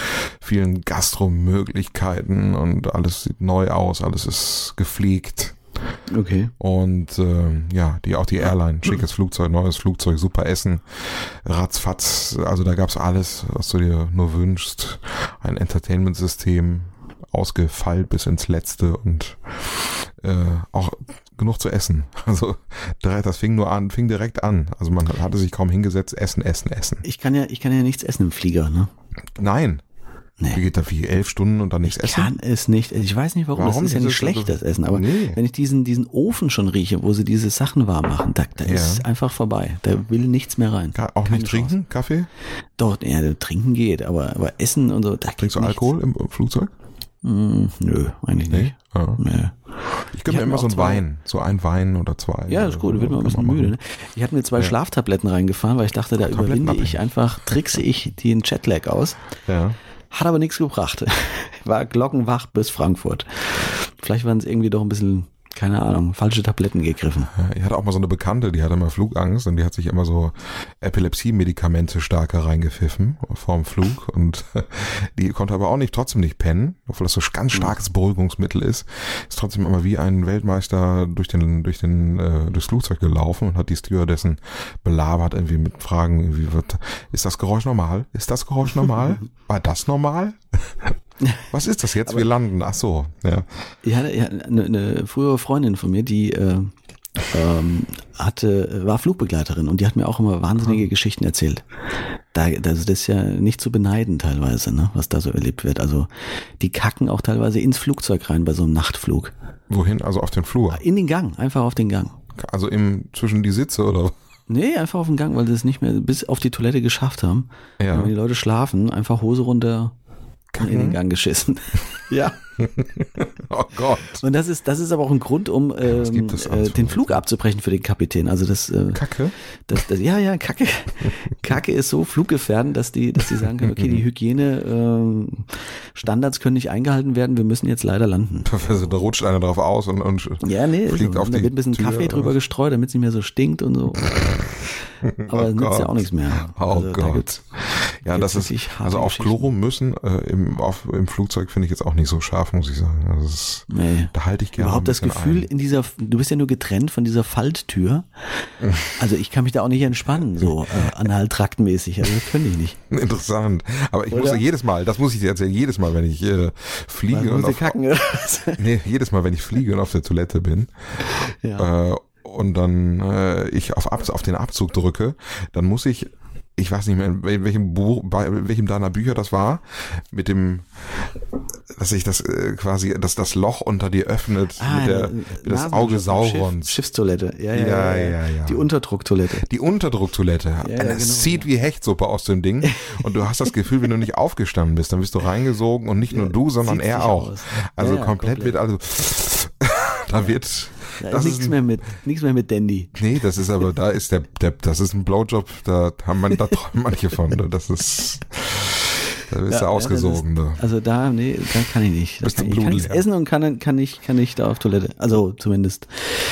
vielen Gastromöglichkeiten und alles sieht neu aus, alles ist gepflegt. Okay. Und auch die Airline, schickes Flugzeug, neues Flugzeug, super Essen, ratzfatz, also da gab's alles, was du dir nur wünschst. Ein Entertainment-System, ausgefeilt bis ins Letzte und auch genug zu essen. Also das fing direkt an. Also man hatte sich kaum hingesetzt, essen. Ich kann ja nichts essen im Flieger, ne? Nein. Nee. Wie geht da 11 Stunden und dann nichts essen? Ich kann es nicht. Ich weiß nicht warum. Das ist ja nicht schlecht, das Essen. Aber wenn ich diesen Ofen schon rieche, wo sie diese Sachen warm machen, da ist einfach vorbei. Da will nichts mehr rein. Auch keine nicht trinken? Chance. Kaffee? Doch, ja, trinken geht, aber Essen und so, da Trinkst du Alkohol im Flugzeug? Nö, eigentlich nicht. Ja. Nee. Ich gönne mir immer so ein Wein oder zwei. Ja, ist gut, da wird man ein bisschen müde. Ne? Ich hatte mir 2 Schlaftabletten reingefahren, weil ich dachte, da trickse ich den Jetlag aus. Ja. Hat aber nichts gebracht. War glockenwach bis Frankfurt. Vielleicht waren es irgendwie doch ein bisschen, keine Ahnung, falsche Tabletten gegriffen. Ich hatte auch mal so eine Bekannte, die hatte immer Flugangst und die hat sich immer so Epilepsie-Medikamente stark reingepfiffen vorm Flug und die konnte aber auch trotzdem nicht pennen, obwohl das so ganz starkes Beruhigungsmittel ist trotzdem immer wie ein Weltmeister durchs Flugzeug gelaufen und hat die Stewardessen belabert irgendwie mit Fragen, irgendwie ist das Geräusch normal? Ist das Geräusch normal? War das normal? Was ist das jetzt? Wir landen. Ach so, ja. Ich hatte eine frühere Freundin von mir, die war Flugbegleiterin und die hat mir auch immer wahnsinnige Geschichten erzählt. Das ist ja nicht zu beneiden teilweise, ne, was da so erlebt wird. Also die kacken auch teilweise ins Flugzeug rein bei so einem Nachtflug. Wohin? Also auf den Flur? In den Gang, einfach auf den Gang. Also zwischen die Sitze oder? Nee, einfach auf den Gang, weil sie es nicht mehr bis auf die Toilette geschafft haben. Ja. Und wenn die Leute schlafen, einfach Hose runter. In den Gang geschissen. Ja. Oh Gott. Und das ist aber auch ein Grund, um den Flug abzubrechen für den Kapitän. Also das Kacke? Ja, Kacke. Kacke ist so fluggefährdend, dass die sagen können, okay, die Hygiene Standards können nicht eingehalten werden, wir müssen jetzt leider landen. Da rutscht einer drauf aus und fliegt auf die Da wird ein bisschen Tür, Kaffee drüber gestreut, damit es nicht mehr so stinkt und so. Aber es nützt ja auch nichts mehr. Also, Gott. Ja, das ist, also auf Klo müssen im Flugzeug finde ich jetzt auch nicht so scharf, muss ich sagen. Also da halte ich gerne überhaupt das Gefühl du bist ja nur getrennt von dieser Falttür. Also ich kann mich da auch nicht entspannen, so analtraktmäßig. Also das könnte ich nicht. Interessant. Aber ich muss jedes Mal, das muss ich dir erzählen, jedes Mal, wenn ich fliege jedes Mal, wenn ich fliege und auf der Toilette bin, und dann ich auf den Abzug drücke, dann muss ich weiß nicht mehr, in welchem deiner Bücher das war, mit dem, dass sich das dass das Loch unter dir öffnet, mit das Auge Saurons. Schiffstoilette, ja. Die Unterdrucktoilette. Die Unterdrucktoilette. Ja, das zieht wie Hechtsuppe aus dem Ding und du hast das Gefühl, wenn du nicht aufgestanden bist, dann bist du reingesogen und nicht nur du, sondern er auch. Also komplett wird da wird Da ist nichts mehr mit Dandy. Nee, das ist aber, das ist ein Blowjob, da träumen manche von, da bist du ausgesogen. Da kann ich nicht. Ich kann nichts essen und kann nicht da auf Toilette. Also zumindest,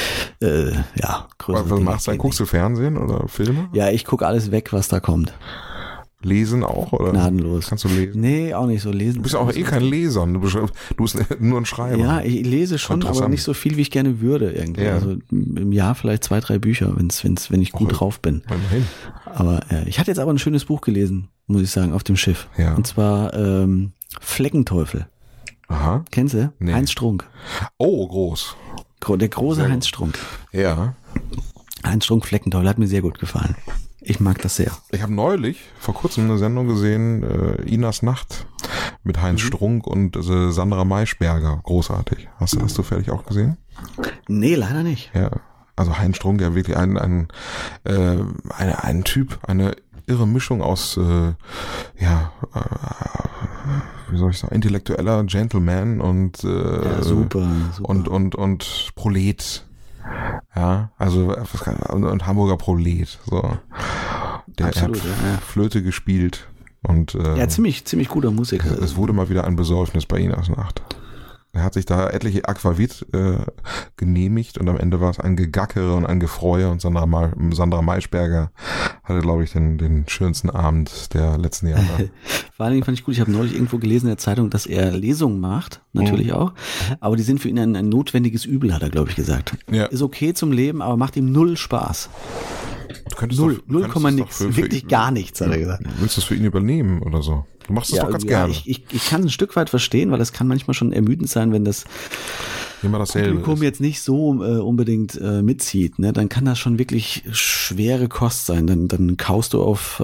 Was machst du? Guckst du Fernsehen oder Filme? Ja, ich gucke alles weg, was da kommt. Lesen auch, oder? Gnadenlos. Kannst du lesen? Nee, auch nicht so lesen. Du bist auch kein Leser, du bist nur ein Schreiber. Ja, ich lese schon, aber nicht so viel, wie ich gerne würde irgendwie. Ja. Also im Jahr vielleicht 2, 3 Bücher, wenn ich gut drauf bin. Immerhin. Aber ich hatte jetzt aber ein schönes Buch gelesen, muss ich sagen, auf dem Schiff. Ja. Und zwar Fleckenteufel. Aha. Kennst du? Nee. Heinz Strunk. Oh, groß. Der große Heinz Strunk. Ja. Heinz Strunk Fleckenteufel hat mir sehr gut gefallen. Ich mag das sehr. Ich habe neulich vor kurzem eine Sendung gesehen, Inas Nacht mit Heinz Strunk und Sandra Maischberger. Großartig. Hast du das zufällig auch gesehen? Nee, leider nicht. Ja, also Heinz Strunk, ja wirklich ein Typ, eine irre Mischung aus, wie soll ich sagen, intellektueller Gentleman und super. Und Prolet. Ja, also und Hamburger Prolet, so. Der Absolut, hat Flöte gespielt und ziemlich guter Musiker. Es wurde mal wieder ein Besäufnis bei Inas Nacht. Er hat sich da etliche Aquavit genehmigt und am Ende war es ein Gegackere und ein Gefreue und Sandra Maischberger hatte, glaube ich, den schönsten Abend der letzten Jahre. Vor allen Dingen fand ich gut, ich habe neulich irgendwo gelesen in der Zeitung, dass er Lesungen macht, natürlich auch, aber die sind für ihn ein notwendiges Übel, hat er, glaube ich, gesagt. Ja. Ist okay zum Leben, aber macht ihm null Spaß. Du könntest 0, nix, wirklich gar nichts, hat er gesagt. Willst du es für ihn übernehmen oder so? Du machst es doch ganz gerne. Ich kann es ein Stück weit verstehen, weil es kann manchmal schon ermüdend sein, wenn das Publikum jetzt nicht so unbedingt mitzieht. Ne? Dann kann das schon wirklich schwere Kost sein. Dann kaust du auf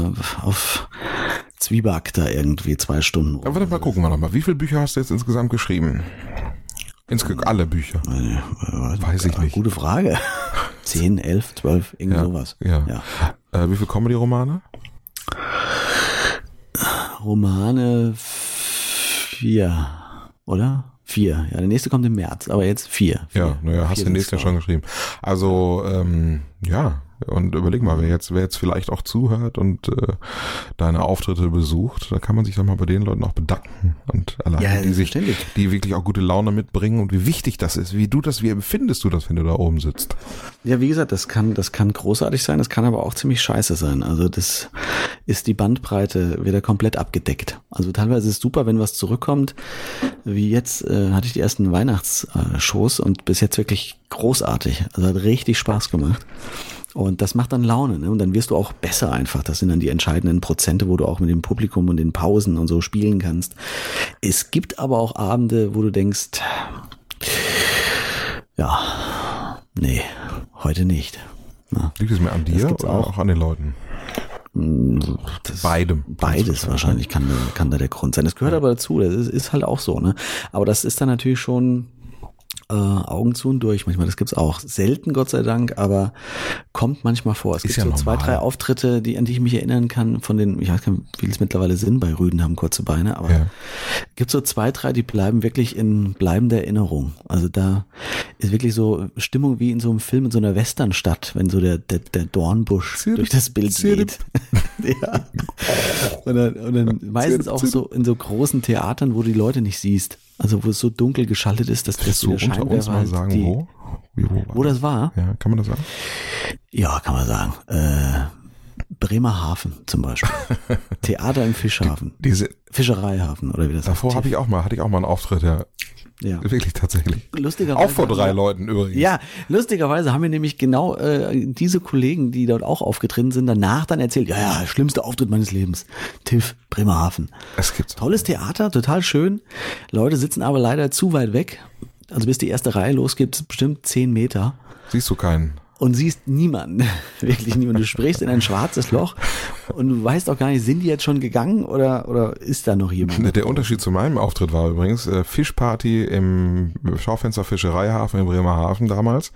Zwieback da irgendwie 2 Stunden. Aber mal gucken wir noch mal. Wie viele Bücher hast du jetzt insgesamt geschrieben? Alle Bücher? Weiß ich nicht. Gute Frage. 10, 11, 12, irgendwie sowas. Ja. Wie viele Comedy-Romane? Romane 4, oder? 4. Ja, der nächste kommt im März, aber jetzt 4. Ja, naja, hast du den nächsten ja schon geschrieben. Also, ja. Und überleg mal, wer jetzt vielleicht auch zuhört und deine Auftritte besucht, da kann man sich doch mal bei den Leuten auch bedanken und alleine, die wirklich auch gute Laune mitbringen und wie wichtig das ist, wie empfindest du das, wenn du da oben sitzt? Ja, wie gesagt, das kann großartig sein, das kann aber auch ziemlich scheiße sein. Also das ist die Bandbreite wieder komplett abgedeckt. Also teilweise ist es super, wenn was zurückkommt, wie jetzt hatte ich die ersten Weihnachtsshows und bis jetzt wirklich großartig. Also hat richtig Spaß gemacht. Und das macht dann Laune, ne? Und dann wirst du auch besser einfach. Das sind dann die entscheidenden Prozente, wo du auch mit dem Publikum und den Pausen und so spielen kannst. Es gibt aber auch Abende, wo du denkst, ja, nee, heute nicht. Na, liegt es mir an dir oder auch an den Leuten? Beides wahrscheinlich kann da der Grund sein. Das gehört aber dazu, das ist halt auch so, ne? Aber das ist dann natürlich schon Augen zu und durch. Manchmal, das gibt's auch. Selten, Gott sei Dank, aber kommt manchmal vor. Es gibt so 2, 3 Auftritte, an die ich mich erinnern kann, von den, ich weiß gar nicht, wie viel es mittlerweile sind, bei Rüden haben kurze Beine, aber gibt so 2, 3, die bleiben wirklich in bleibender Erinnerung. Also da ist wirklich so Stimmung wie in so einem Film, in so einer Westernstadt, wenn so der Dornbusch durch das Bild geht. Ja. Und dann meistens auch so in so großen Theatern, wo du die Leute nicht siehst. Also wo es so dunkel geschaltet ist, dass das so unter uns mal sagen, wo das war? Ja, kann man das sagen? Ja, kann man sagen. Bremerhaven zum Beispiel. Theater im Fischhafen. Fischereihafen oder wie das heißt. Davor hatte ich auch mal einen Auftritt, ja. Wirklich, tatsächlich. Lustigerweise. Auch vor 3 Leuten übrigens. Ja, lustigerweise haben wir nämlich genau diese Kollegen, die dort auch aufgetreten sind, danach dann erzählt, ja, schlimmster Auftritt meines Lebens. TIFF, Bremerhaven. Es gibt's. Tolles Theater, total schön. Leute sitzen aber leider zu weit weg. Also bis die erste Reihe losgeht, bestimmt 10 Meter. Siehst du keinen? Und siehst niemanden, wirklich niemanden. Du sprichst in ein schwarzes Loch und du weißt auch gar nicht, sind die jetzt schon gegangen oder ist da noch jemand? Der Unterschied zu meinem Auftritt war übrigens Fischparty im Schaufenster Fischereihafen in Bremerhaven damals,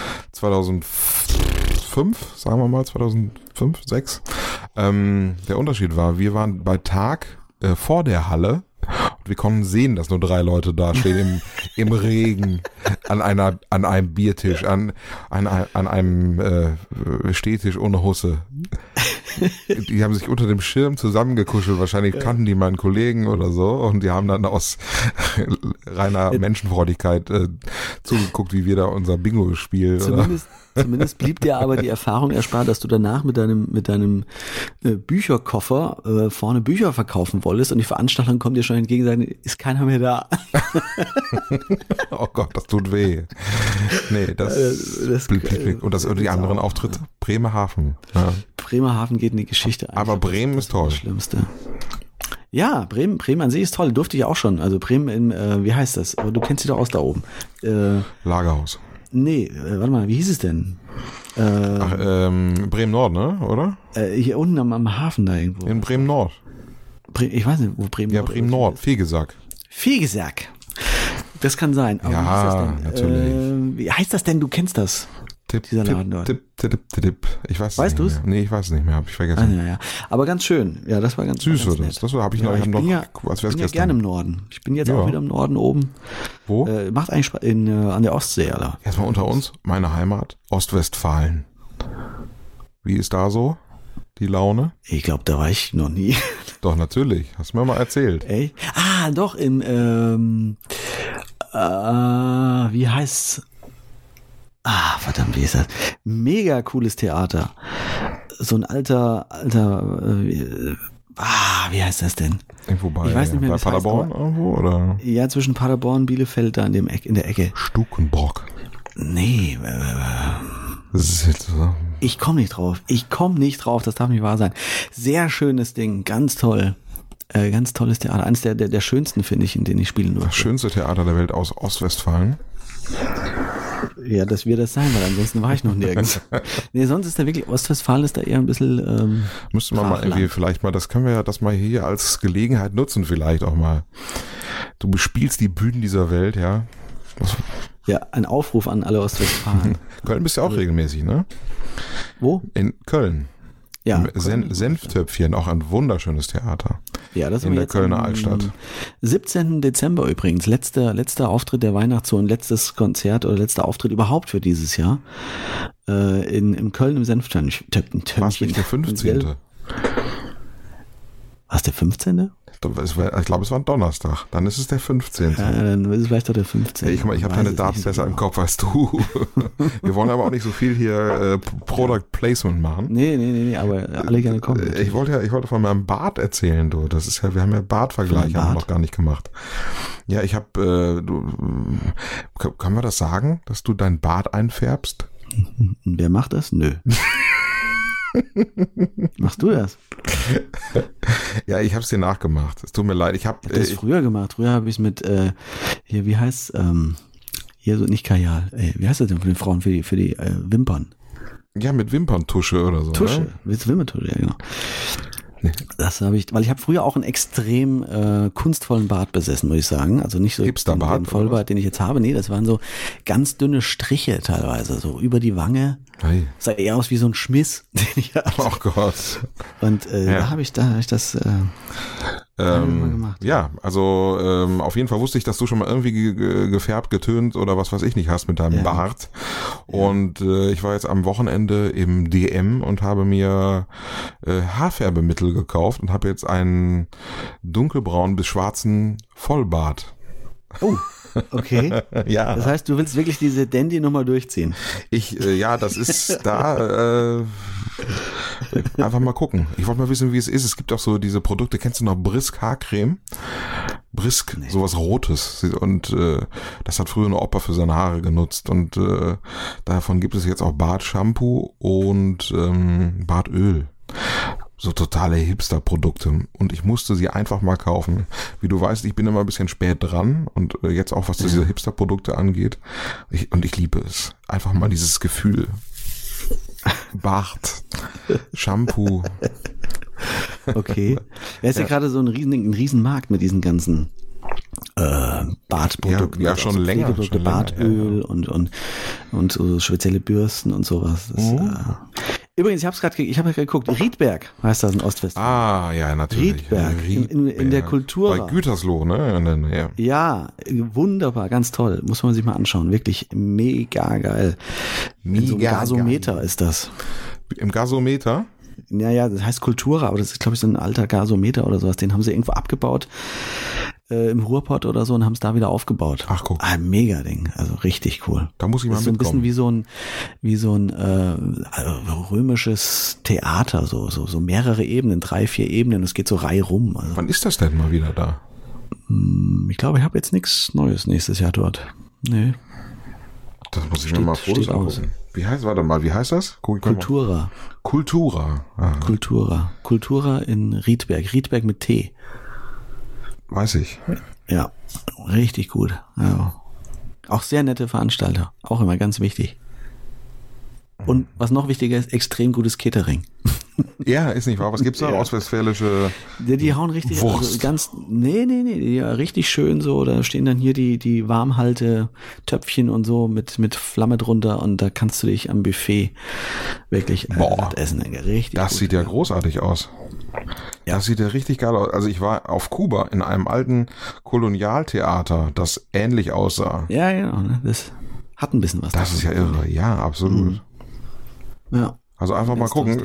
2005, sagen wir mal, 2005, 2006. Der Unterschied war, wir waren bei Tag vor der Halle. Und wir konnten sehen, dass nur 3 Leute da stehen im Regen an einem Biertisch, an einem Stehtisch ohne Husse. Die haben sich unter dem Schirm zusammengekuschelt. Wahrscheinlich kannten die meinen Kollegen oder so. Und die haben dann aus reiner Menschenfreudigkeit zugeguckt, wie wir da unser Bingo spielen. Zumindest blieb dir aber die Erfahrung erspart, dass du danach mit deinem Bücherkoffer vorne Bücher verkaufen wolltest und die Veranstaltung kommt dir schon entgegen und sagt, ist keiner mehr da. Oh Gott, das tut weh. Nee, und die anderen Auftritte? Bremerhaven. Ja. Bremerhaven geht in die Geschichte ein. Aber Bremen ist toll. Das Schlimmste. Ja, Bremen an sich ist toll. Durfte ich auch schon. Also Bremen wie heißt das? Aber du kennst dich doch aus da oben. Lagerhaus. Nee, warte mal, wie hieß es denn? Bremen-Nord, ne? Oder? Hier unten am Hafen da irgendwo. In Bremen-Nord. Ich weiß nicht, wo Bremen-Nord ist. Ja, Bremen-Nord, Fegesack. Fegesack. Das kann sein. Aber ja, wie heißt das denn? Natürlich. Wie heißt das denn? Du kennst das. Dieser Laden dort. Ich weiß weißt du es? Nee, ich weiß es nicht mehr, habe ich vergessen. Ja. Aber ganz schön. Ja, das war ganz süß. War das habe ich noch, ich bin ja gerne im Norden. Ich bin jetzt auch wieder im Norden oben. Wo? Macht eigentlich an der Ostsee, oder? Erstmal unter uns, meine Heimat, Ostwestfalen. Wie ist da so die Laune? Ich glaube, da war ich noch nie. Doch, natürlich. Hast du mir mal erzählt. Ey? Doch, Wie heißt's? Verdammt, wie ist das? Mega cooles Theater. So ein alter, wie heißt das denn? Irgendwo bei, ich weiß nicht mehr, bei Paderborn irgendwo, oder? Ja, zwischen Paderborn und Bielefeld da in der Ecke. Stukenbrock. Nee. Das ist jetzt so. Ich komme nicht drauf. Das darf nicht wahr sein. Sehr schönes Ding, ganz toll. Ganz tolles Theater. Eines der schönsten, finde ich, in denen ich spielen durfte. Das schönste Theater der Welt aus Ostwestfalen. Ja, das wird das sein, weil ansonsten war ich noch nirgends. Nee, sonst ist da wirklich, Ostwestfalen ist da eher ein bisschen müsste man mal irgendwie vielleicht mal, das können wir ja das mal hier als Gelegenheit nutzen vielleicht auch mal. Du bespielst die Bühnen dieser Welt, ja. Ja, ein Aufruf an alle Ostwestfalen. Köln bist du ja auch regelmäßig, ne? Wo? In Köln. Ja. Im Senftöpfchen, auch ein wunderschönes Theater. Ja, das in der Kölner Altstadt. 17. Dezember übrigens, letzter Auftritt der Weihnachtszone, letztes Konzert oder letzter Auftritt überhaupt für dieses Jahr. In Köln im Senftöpfchen. Was nicht der 15.? Was, der 15.? Ich glaube, es war ein Donnerstag. Dann ist es der 15. Ja, dann ist es vielleicht doch der 15. Ich habe deine Daten besser im Kopf als du. Wir wollen aber auch nicht so viel hier Product Placement machen. Nee, aber alle gerne kommen. Ich wollte von meinem Bart erzählen, du. Das ist ja, wir haben ja Bartvergleiche, haben wir noch gar nicht gemacht. Ja, ich habe, können wir das sagen, dass du dein Bart einfärbst? Wer macht das? Nö. Machst du das? Ja, ich habe es dir nachgemacht. Es tut mir leid. Ich habe das früher gemacht. Früher habe ich es mit hier, wie heißt hier so nicht Kajal. Wie heißt das denn für die Frauen für die Wimpern? Ja, mit Wimperntusche oder so. Tusche, ne? mit Wimperntusche, ja genau. Nee. Das habe ich, weil ich habe früher auch einen extrem kunstvollen Bart besessen, muss ich sagen. Also nicht so Hipsterbart, den Vollbart, den ich jetzt habe. Nee, das waren so ganz dünne Striche teilweise, so über die Wange. Hey. Sah eher aus wie so ein Schmiss, den ich hatte. Oh Gott. Und da habe ich das gemacht. Ja, also auf jeden Fall wusste ich, dass du schon mal irgendwie gefärbt, getönt oder was weiß ich nicht hast mit deinem Bart. Und ich war jetzt am Wochenende im DM und habe mir Haarfärbemittel gekauft und habe jetzt einen dunkelbraunen bis schwarzen Vollbart. Oh. Okay. Ja. Das heißt, du willst wirklich diese Dandy-Nummer durchziehen? Das ist da, einfach mal gucken. Ich wollte mal wissen, wie es ist. Es gibt auch so diese Produkte, kennst du noch Brisk Haarcreme? Brisk, nee. Sowas Rotes. Und das hat früher ein Opa für seine Haare genutzt. Und davon gibt es jetzt auch Bartshampoo und Bartöl. So totale Hipster-Produkte. Und ich musste sie einfach mal kaufen. Wie du weißt, ich bin immer ein bisschen spät dran. Und jetzt auch, was diese Hipster-Produkte angeht. Und ich liebe es. Einfach mal dieses Gefühl. Bart. Shampoo. Okay. Ja, ist ja gerade so ein Riesenmarkt mit diesen ganzen Bartprodukten. Ja, schon länger. Bartöl und so spezielle Bürsten und sowas. Das, übrigens, ich habe geguckt, Riedberg heißt das in Ostwestfalen. Ah, ja, natürlich. Riedberg, in der Kultur. Bei Gütersloh, ne? Ja, wunderbar, ganz toll. Muss man sich mal anschauen. Wirklich mega geil. In so einem Gasometer geil. Ist das. Im Gasometer? Ja, das heißt Kultura, aber das ist, glaube ich, so ein alter Gasometer oder sowas. Den haben sie irgendwo abgebaut im Ruhrpott oder so und haben es da wieder aufgebaut. Ach, guck. Mega Ding, also richtig cool. Da muss ich mal mitkommen. So ein bisschen wie so ein römisches Theater, so mehrere Ebenen, 3, 4 Ebenen. Es geht so reihum. Also. Wann ist das denn mal wieder da? Ich glaube, ich habe jetzt nichts Neues nächstes Jahr dort. Nee. Das muss ich mir mal Fotos angucken. Wie heißt das? Kultura. Kultura. Ah. Kultura in Riedberg. Riedberg mit T. Weiß ich. Ja, richtig gut. Ja. Auch sehr nette Veranstalter. Auch immer ganz wichtig. Und was noch wichtiger ist, extrem gutes Catering. Ja, ist nicht wahr. Was gibt's da? Ostwestfälische die hauen richtig Wurst. Also nee, richtig schön so. Da stehen dann hier die Warmhalte-Töpfchen und so mit Flamme drunter und da kannst du dich am Buffet wirklich essen. Richtig das gut. Sieht ja großartig aus. Ja. Das sieht ja richtig geil aus. Also ich war auf Kuba in einem alten Kolonialtheater, das ähnlich aussah. Ja, genau. Das hat ein bisschen was. Das ist ja irre. Ja, absolut. Ja. Also einfach mal gucken.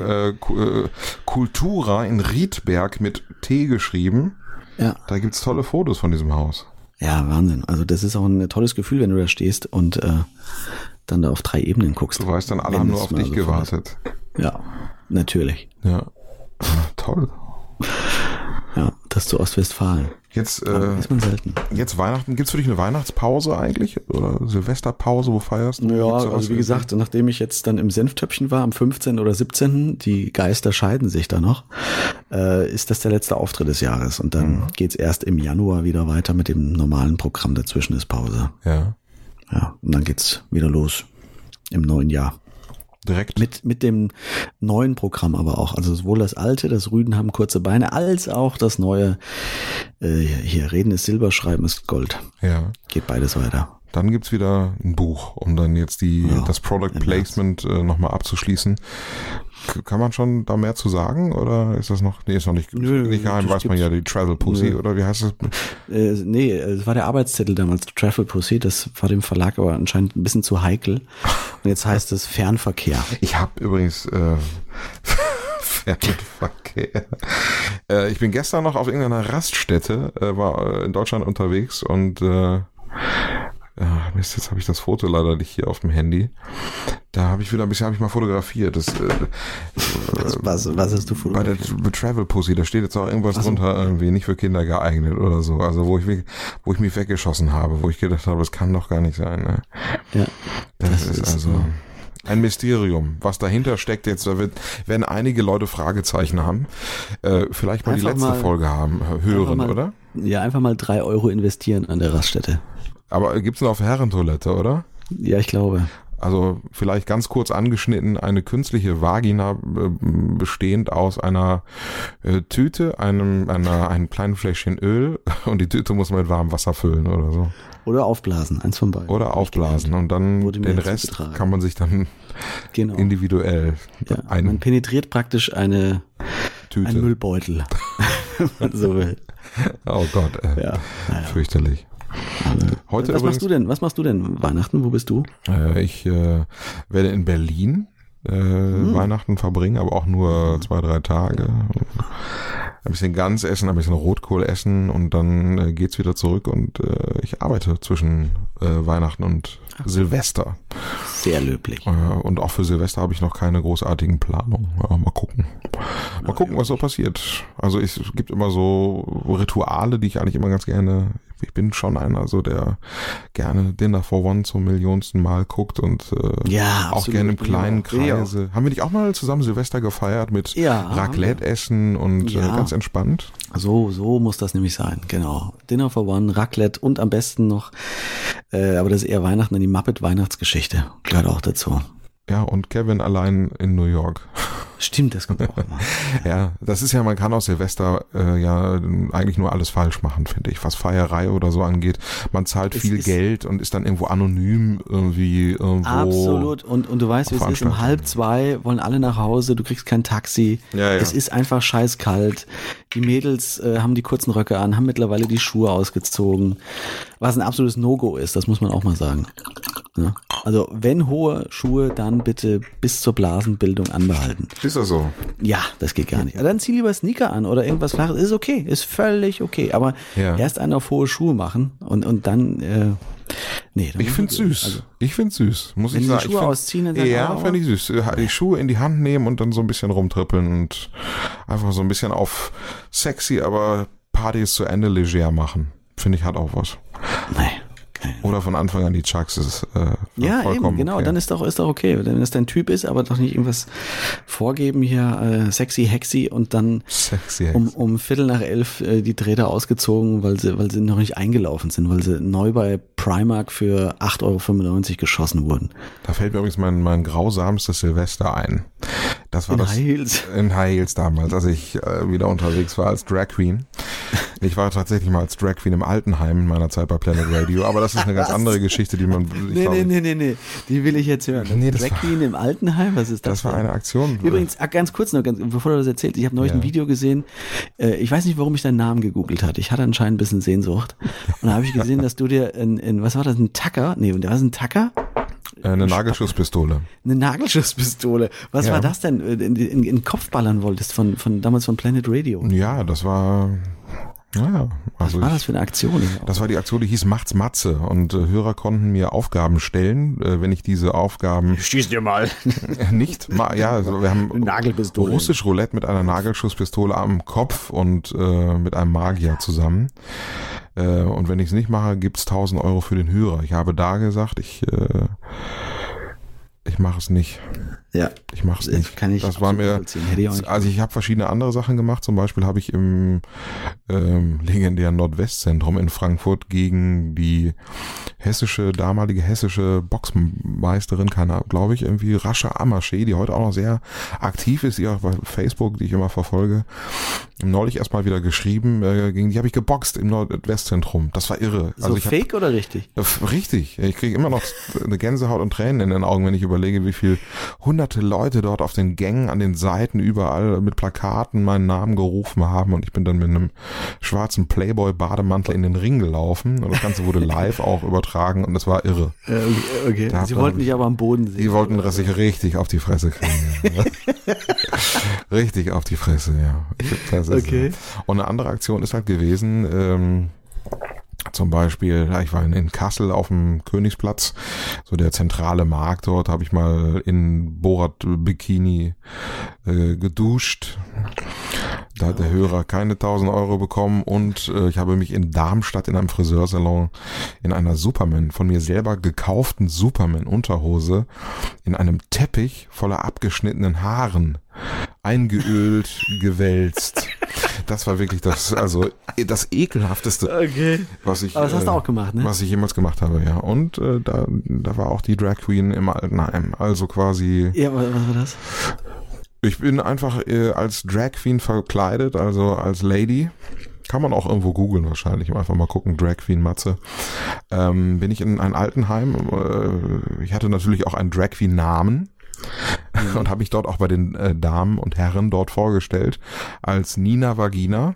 Kultura in Riedberg mit T geschrieben. Ja. Da gibt's tolle Fotos von diesem Haus. Ja, Wahnsinn. Also das ist auch ein tolles Gefühl, wenn du da stehst und dann da auf 3 Ebenen guckst. Du weißt dann, alle haben nur auf dich gewartet. Ja, natürlich. Ja, toll. Ja, das zu Ostwestfalen. Jetzt ist man selten. Jetzt Weihnachten, gibt's für dich eine Weihnachtspause eigentlich? Oder Silvesterpause, wo feierst du? Ja, also wie gesagt, nachdem ich jetzt dann im Senftöpfchen war, am 15. oder 17., die Geister scheiden sich da noch, ist das der letzte Auftritt des Jahres. Und dann geht's erst im Januar wieder weiter mit dem normalen Programm. Dazwischen ist Pause. Ja. Ja, und dann geht's wieder los im neuen Jahr. Direkt? Mit dem neuen Programm aber auch. Also sowohl das alte, das Rüden haben kurze Beine, als auch das neue, hier, Reden ist Silber, Schreiben ist Gold. Ja. Geht beides weiter. Dann gibt's wieder ein Buch, um dann jetzt das Product Placement nochmal abzuschließen. Kann man schon da mehr zu sagen oder ist das noch, ist noch nicht geheim, weiß man ja, die Travel Pussy oder wie heißt es? Nee, es war der Arbeitstitel damals, Travel Pussy, das war dem Verlag aber anscheinend ein bisschen zu heikel und jetzt heißt es Fernverkehr. Ich habe übrigens Fernverkehr. Ich bin gestern noch auf irgendeiner Raststätte, war in Deutschland unterwegs und Mist, jetzt habe ich das Foto leider nicht hier auf dem Handy. Da habe ich wieder ein bisschen mal fotografiert. Das, was hast du fotografiert? Bei der Travel Pussy, da steht jetzt auch irgendwas drunter, irgendwie nicht für Kinder geeignet oder so. Also wo ich mich weggeschossen habe, wo ich gedacht habe, das kann doch gar nicht sein. Ne? Ja. Das ist also ein Mysterium, was dahinter steckt. Jetzt werden einige Leute Fragezeichen haben. Vielleicht mal einfach die letzte Folge hören, oder? Ja, einfach mal 3 Euro investieren an der Raststätte. Aber gibt's noch auf Herrentoilette, oder? Ja, ich glaube. Also vielleicht ganz kurz angeschnitten, eine künstliche Vagina bestehend aus einer Tüte, einem kleinen Fläschchen Öl und die Tüte muss man mit warmem Wasser füllen oder so. Oder aufblasen, eins von beiden. Oder aufblasen und dann den Rest kann man sich dann individuell man penetriert praktisch eine Tüte. Ein Müllbeutel, wenn man so will. Oh Gott, fürchterlich. Heute was machst du denn Weihnachten? Wo bist du? Ich werde in Berlin Weihnachten verbringen, aber auch nur 2-3 Tage. Ein bisschen Gans essen, ein bisschen Rotkohl essen und dann geht's wieder zurück und ich arbeite zwischen Weihnachten und Silvester. Sehr löblich. Und auch für Silvester habe ich noch keine großartigen Planungen. Ja, mal gucken. Mal gucken, was so passiert. Also es gibt immer so Rituale, die ich eigentlich immer ganz gerne. Ich bin schon einer, so der gerne Dinner for One zum millionsten Mal guckt und auch gerne im kleinen Kreise. Ja. Haben wir nicht auch mal zusammen Silvester gefeiert mit Raclette essen und ganz entspannt? So muss das nämlich sein, genau. Dinner for One, Raclette und am besten noch, aber das ist eher Weihnachten, die Muppet-Weihnachtsgeschichte gehört auch dazu. Ja, und Kevin allein in New York. Stimmt, das kommt auch immer. Ja, das ist ja, man kann aus Silvester eigentlich nur alles falsch machen, finde ich, was Feierei oder so angeht. Man zahlt viel Geld und ist dann irgendwo anonym irgendwo. Absolut. Und du weißt, wie es ist, um 1:30 wollen alle nach Hause, du kriegst kein Taxi. Ja. Es ist einfach scheißkalt. Die Mädels haben die kurzen Röcke an, haben mittlerweile die Schuhe ausgezogen. Was ein absolutes No-Go ist, das muss man auch mal sagen. Ja. Also wenn hohe Schuhe, dann bitte bis zur Blasenbildung anbehalten. Ist das so? Ja, das geht gar nicht. Dann zieh lieber Sneaker an oder irgendwas Flaches. Ist okay, ist völlig okay. Aber erst einen auf hohe Schuhe machen und dann ich find's süß. Also, ich find's süß, muss ich sagen. Wenn die Schuhe ausziehen, dann fand ich süß. Die Schuhe in die Hand nehmen und dann so ein bisschen rumtrippeln und einfach so ein bisschen auf sexy, aber Partys zu Ende leger machen. Finde ich, hat auch was. Nee. Oder von Anfang an die Chucks ist ja, vollkommen eben, genau, okay. Dann ist doch okay, wenn das dein Typ ist, aber doch nicht irgendwas vorgeben hier, sexy, hexy und dann um 10:45 die Drähte ausgezogen, weil sie noch nicht eingelaufen sind, weil sie neu bei Primark für 8,95 € geschossen wurden. Da fällt mir übrigens mein grausamstes Silvester ein. Das war in High Heels damals, als ich wieder unterwegs war als Drag Queen. Ich war tatsächlich mal als Drag Queen im Altenheim in meiner Zeit bei Planet Radio, aber das ist eine ganz andere Geschichte, die man... Nee, die will ich jetzt hören. Drag Queen im Altenheim, was ist das? Das war eine Aktion. Übrigens, ganz kurz noch, bevor du das erzählst, ich habe neulich ein Video gesehen, ich weiß nicht, warum ich deinen Namen gegoogelt hatte. Ich hatte anscheinend ein bisschen Sehnsucht. Und da habe ich gesehen, dass du dir was war das, ein Tacker? Nee, was ist ein Tacker? Eine Nagelschusspistole. Eine Nagelschusspistole. Was war das denn? In den Kopf ballern wolltest von damals von Planet Radio? Ja, das war... Naja, also was war das für eine Aktion? Das war die Aktion, die hieß Macht's Matze und Hörer konnten mir Aufgaben stellen, wenn ich diese Aufgaben... Schieß dir mal. Nicht, ja, also wir haben Nagelpistole. Russisch Roulette mit einer Nagelschuss-Pistole am Kopf und mit einem Magier zusammen. Und wenn ich es nicht mache, gibt's 1.000 Euro für den Hörer. Ich habe da gesagt, ich mache es nicht. Ja. Ich mache es nicht. Kann ich das war mir. Also ich habe verschiedene andere Sachen gemacht. Zum Beispiel habe ich im legendären Nordwestzentrum in Frankfurt gegen die damalige hessische Boxmeisterin, glaube ich, irgendwie Rascha Amaché, die heute auch noch sehr aktiv ist, die auch bei Facebook, die ich immer verfolge, neulich erstmal wieder geschrieben, gegen die habe ich geboxt im Nordwestzentrum. Das war irre. So also fake oder richtig? Richtig. Ich kriege immer noch eine Gänsehaut und Tränen in den Augen, wenn ich überlege, wie viel hunderte Leute dort auf den Gängen, an den Seiten, überall mit Plakaten meinen Namen gerufen haben und ich bin dann mit einem schwarzen Playboy-Bademantel in den Ring gelaufen und das Ganze wurde live auch übertragen und das war irre. Okay. Sie wollten dich aber am Boden sehen. Sie wollten sich richtig auf die Fresse kriegen. Ja. Richtig auf die Fresse, ja. Okay. Und eine andere Aktion ist halt gewesen, zum Beispiel, ich war in Kassel auf dem Königsplatz, so der zentrale Markt dort, habe ich mal in Borat-Bikini geduscht. Da hat der Hörer keine 1.000 Euro bekommen und ich habe mich in Darmstadt in einem Friseursalon in einer von mir selber gekauften Superman-Unterhose in einem Teppich voller abgeschnittenen Haaren eingeölt, gewälzt. Das war wirklich das ekelhafteste, was ich, aber das hast du auch gemacht, ne? Was ich jemals gemacht habe, ja. Und da war auch die Drag Queen im Altenheim, also quasi. Ja, was war das? Ich bin einfach als Drag Queen verkleidet, also als Lady. Kann man auch irgendwo googeln wahrscheinlich, einfach mal gucken, Drag Queen Matze. Bin ich in ein Altenheim. Ich hatte natürlich auch einen Drag Queen Namen. Und habe mich dort auch bei den Damen und Herren dort vorgestellt als Nina Vagina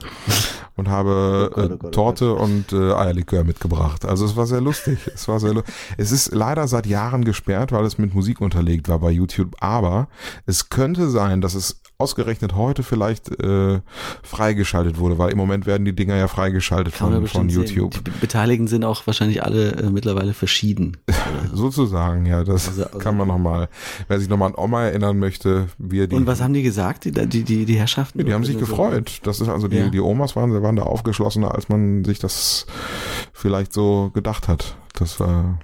und habe Torte und Eierlikör mitgebracht. Also es war sehr lustig. Es ist leider seit Jahren gesperrt, weil es mit Musik unterlegt war bei YouTube. Aber es könnte sein, dass es ausgerechnet heute vielleicht freigeschaltet wurde, weil im Moment werden die Dinger ja freigeschaltet von YouTube. Sehen. Die Beteiligten sind auch wahrscheinlich alle mittlerweile verschieden. Sozusagen, ja, das also kann man nochmal, wer sich nochmal an Oma erinnern möchte, Und was haben die gesagt, die Herrschaften? Ja, die haben sich gefreut. Das ist also die Omas waren da aufgeschlossener, als man sich das vielleicht so gedacht hat. Das war,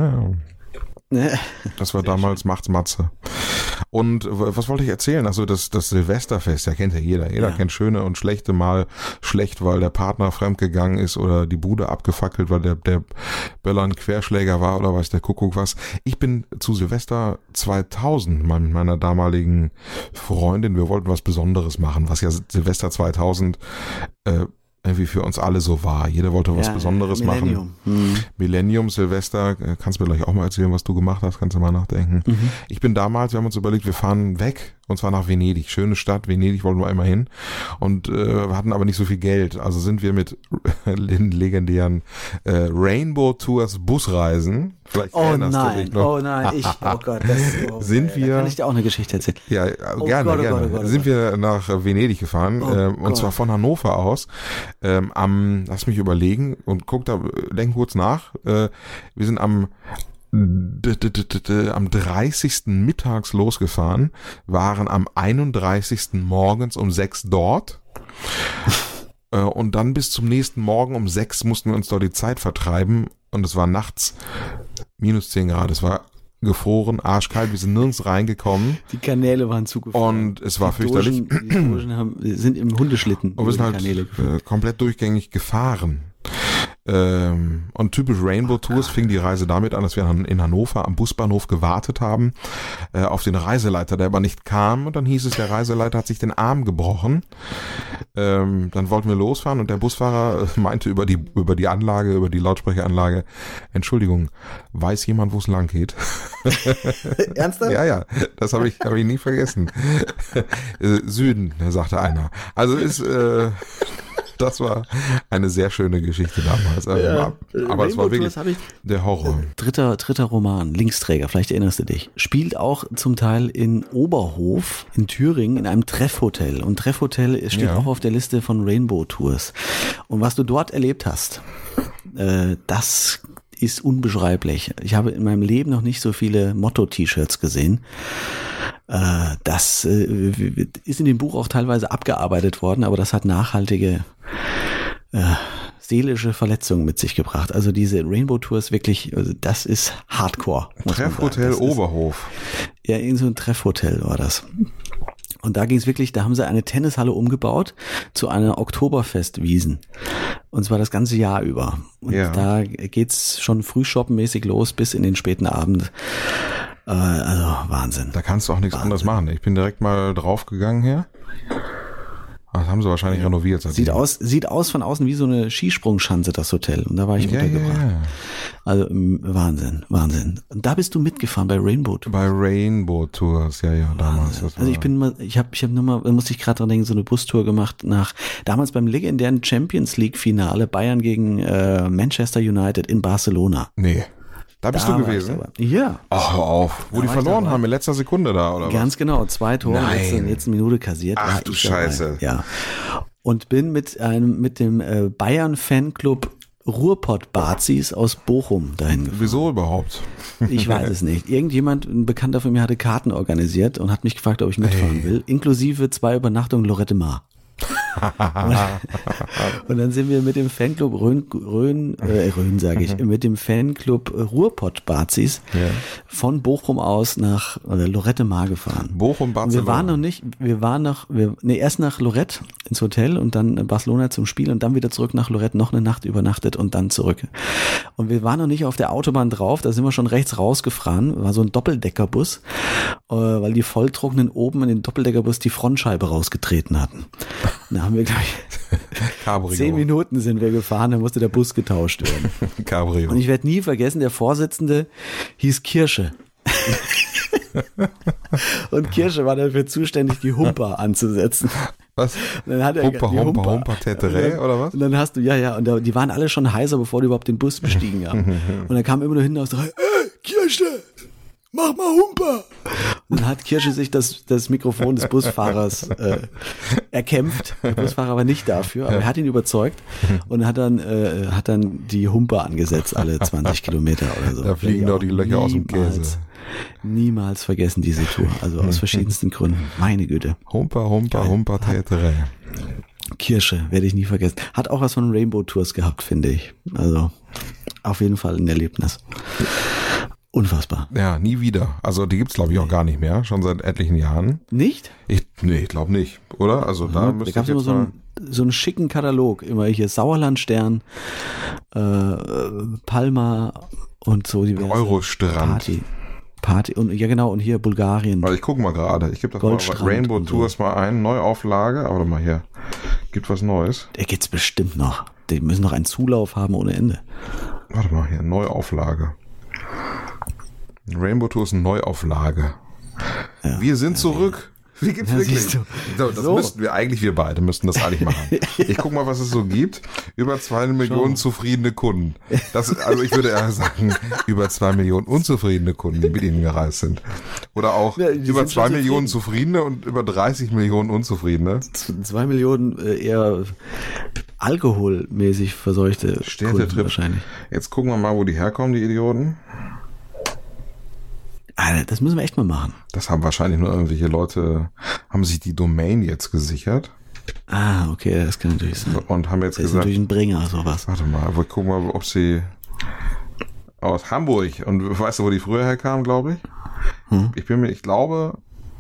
das war damals Macht's Matze. Und was wollte ich erzählen? Also das Silvesterfest, ja, kennt ja jeder. Jeder kennt schöne und schlechte, mal schlecht, weil der Partner fremdgegangen ist oder die Bude abgefackelt, weil der Böller ein Querschläger war oder weiß der Kuckuck was. Ich bin zu Silvester 2000 mit meiner damaligen Freundin, wir wollten was Besonderes machen, was ja Silvester 2000 irgendwie für uns alle so war. Jeder wollte was Besonderes machen. Millennium, Silvester, kannst du mir gleich auch mal erzählen, was du gemacht hast, kannst du mal nachdenken. Ich bin damals, wir haben uns überlegt, wir fahren weg, und zwar nach Venedig. Schöne Stadt, Venedig wollten wir einmal hin und wir hatten aber nicht so viel Geld. Also sind wir mit den legendären Rainbow Tours Busreisen, vielleicht erinnerst du dich noch. Oh nein, oh Gott. Sind wir, da kann ich dir auch eine Geschichte erzählen. Ja, gerne. Sind wir nach Venedig gefahren, und zwar von Hannover aus. Lass mich überlegen und denk kurz nach. Wir sind am 30. mittags losgefahren, waren am 31. morgens um 6 dort. Und dann bis zum nächsten Morgen um 6 mussten wir uns dort die Zeit vertreiben. Und es war nachts minus 10 Grad. Es war gefroren, arschkalt, wir sind nirgends reingekommen. Die Kanäle waren zugefroren. Und es war fürchterlich. Die Dogen sind im Hundeschlitten. Und wir sind halt komplett durchgängig gefahren. Und typisch Rainbow Tours fing die Reise damit an, dass wir in Hannover am Busbahnhof gewartet haben auf den Reiseleiter, der aber nicht kam, und dann hieß es, der Reiseleiter hat sich den Arm gebrochen. Dann wollten wir losfahren und der Busfahrer meinte über die Lautsprecheranlage, Entschuldigung, weiß jemand, wo es lang geht? Ernsthaft? Ja, das habe ich nie vergessen. Süden, sagte einer. Also ist Das war eine sehr schöne Geschichte damals. Aber es war wirklich der Horror. Dritter Roman, Linksträger, vielleicht erinnerst du dich. Spielt auch zum Teil in Oberhof in Thüringen in einem Treffhotel. Und Treffhotel steht auch auf der Liste von Rainbow Tours. Und was du dort erlebt hast, das ist unbeschreiblich. Ich habe in meinem Leben noch nicht so viele Motto-T-Shirts gesehen. Das ist in dem Buch auch teilweise abgearbeitet worden, aber das hat nachhaltige seelische Verletzungen mit sich gebracht. Also diese Rainbow Tours wirklich, also das ist Hardcore. Treffhotel Oberhof. Ja, in so ein Treffhotel war das. Und da ging es wirklich, da haben sie eine Tennishalle umgebaut zu einer Oktoberfestwiesen. Und zwar das ganze Jahr über. Und da geht's schon frühshoppenmäßig los bis in den späten Abend. Also Wahnsinn. Da kannst du auch nichts anderes machen. Ich bin direkt mal draufgegangen hier. Das haben sie wahrscheinlich renoviert. Sieht aus von außen wie so eine Skisprungschanze, das Hotel. Und da war ich untergebracht. Ja. Also Wahnsinn. Und da bist du mitgefahren bei Rainbow Tours. Bei Rainbow Tours, damals. Also ich habe nur mal, musste ich gerade dran denken, so eine Bustour gemacht damals beim legendären Champions League Finale Bayern gegen Manchester United in Barcelona. Nee. Da bist du gewesen? Ja. Ach, hör auf. Wo die verloren haben in letzter Sekunde da, oder was? Ganz genau. 2 Tore in letzter Minute kassiert. Ach du Scheiße. Ja. Und bin mit dem Bayern-Fanclub Ruhrpott-Bazis aus Bochum dahin gefahren. Wieso überhaupt? Ich weiß es nicht. Irgendjemand, ein Bekannter von mir, hatte Karten organisiert und hat mich gefragt, ob ich mitfahren will. Inklusive 2 Übernachtungen Lorette Mar. Und dann sind wir mit dem Fanclub mit dem Fanclub Ruhrpott-Bazis von Bochum aus nach Lorette Mar gefahren. Barcelona. Erst nach Lorette ins Hotel und dann Barcelona zum Spiel und dann wieder zurück nach Lorette, noch eine Nacht übernachtet und dann zurück. Und wir waren noch nicht auf der Autobahn drauf, da sind wir schon rechts rausgefahren, war so ein Doppeldeckerbus, weil die Volltrunkenen oben in den Doppeldeckerbus die Frontscheibe rausgetreten hatten. Da haben wir, glaube ich, 10 Minuten sind wir gefahren, dann musste der Bus getauscht werden. Cabrio. Und ich werde nie vergessen, der Vorsitzende hieß Kirsche. Und Kirsche war dafür zuständig, die Humper anzusetzen. Was? Und dann hat er Humper Teteré oder was? Und dann hast du, und die waren alle schon heiser, bevor die überhaupt den Bus bestiegen haben. Und dann kam immer nur hinten aus der Reihe, Kirsche! Mach mal Humper! Und dann hat Kirsche sich das Mikrofon des Busfahrers erkämpft. Der Busfahrer war nicht dafür, aber er hat ihn überzeugt und hat dann die Humper angesetzt, alle 20 Kilometer oder so. Da fliegen doch die Löcher aus dem Käse. Niemals vergessen diese Tour, also aus verschiedensten Gründen. Meine Güte. Humper Teteré. Kirsche, werde ich nie vergessen. Hat auch was von Rainbow Tours gehabt, finde ich. Also auf jeden Fall ein Erlebnis. Unfassbar. Ja, nie wieder. Also die gibt's glaube ich auch gar nicht mehr, schon seit etlichen Jahren. Nicht? Ich glaube nicht, oder? Also da müsste gab's immer so einen schicken Katalog, immer hier Sauerlandstern, Palma und so diverse Eurostrand. Party und und hier Bulgarien. Weil ich gucke mal gerade, ich gebe das mal Rainbow Tours mal ein, Neuauflage, aber mal hier, gibt was Neues. Der geht's bestimmt noch. Die müssen noch einen Zulauf haben ohne Ende. Warte mal hier, Neuauflage. Rainbow Tours Neuauflage. Ja, wir sind zurück. Wie gibt's wirklich? Wir beide müssten das eigentlich machen. Ich guck mal, was es so gibt. Über 2 Millionen zufriedene Kunden. Also ich würde eher sagen, über 2 Millionen unzufriedene Kunden, die mit ihnen gereist sind. Oder auch über 2 Millionen zufriedene und über 30 Millionen unzufriedene. 2 Millionen eher alkoholmäßig verseuchte Kunden wahrscheinlich. Jetzt gucken wir mal, wo die herkommen, die Idioten. Alter, das müssen wir echt mal machen. Das haben wahrscheinlich nur irgendwelche Leute, haben sich die Domain jetzt gesichert. Ah, okay, das kann natürlich sein. Und haben jetzt das ist natürlich ein Bringer, sowas. Warte mal, wir gucken mal, ob sie aus Hamburg, und weißt du, wo die früher herkamen, glaube ich? Ich glaube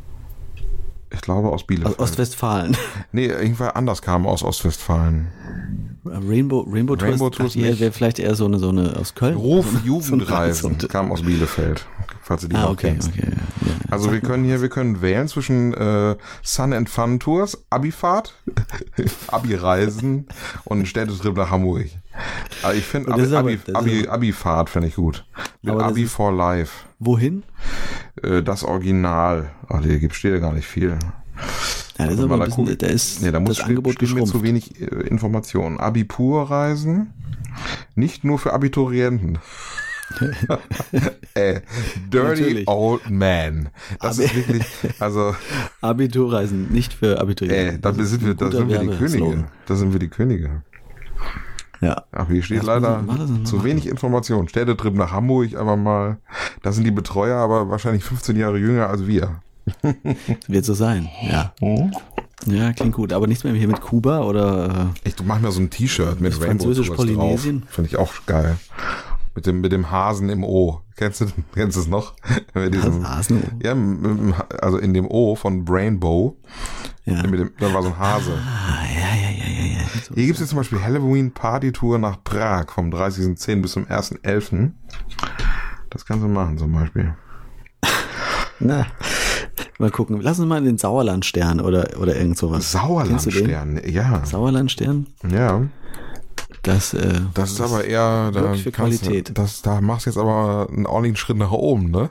aus Bielefeld. Aus Ostwestfalen. Nee, irgendwann anders kam aus Ostwestfalen. Rainbow Tours wäre vielleicht eher so eine aus Köln. Jugendreisen kam aus Bielefeld, falls du die noch kennst. Okay. Ja, also wir können wählen zwischen Sun and Fun Tours, Abifahrt, Abi-Reisen und Städtetrip nach Hamburg. Also ich finde Abifahrt finde ich gut. Mit Abi for Life. Wohin? Das Original. Ach, hier steht ja gar nicht viel. Ja, das ist aber ein bisschen, da ist das Angebot geschrumpft. Mir zu wenig Informationen. Abipur-Reisen, nicht nur für Abiturienten. Dirty Natürlich. Old Man. Das ist wirklich, also. Abiturreisen, nicht für Abiturienten. Da sind wir die Könige. Da sind wir die Könige. Ja. Ach, hier steht leider zu wenig Information. Städtetrip nach Hamburg, aber mal, da sind die Betreuer aber wahrscheinlich 15 Jahre jünger als wir. Wird so sein, ja. Ja, klingt gut. Aber nichts mehr hier mit Kuba oder? Du mach mir so ein T-Shirt mit Französisch-Polynesien. Finde ich auch geil. Mit dem Hasen im O. Kennst du es noch? Hasen? Ja, also in dem O von Brainbow. Ja. Da war so ein Hase. Ja. Hier gibt es jetzt zum Beispiel Halloween-Party-Tour nach Prag vom 30.10. bis zum 1.11. Das kannst du machen zum Beispiel. Na, mal gucken. Lass uns mal in den Sauerlandstern oder irgend sowas. Sauerlandstern, ja. Sauerlandstern? Ja. Das ist aber eher wirklich für Qualität. Da machst du jetzt aber einen ordentlichen Schritt nach oben, ne?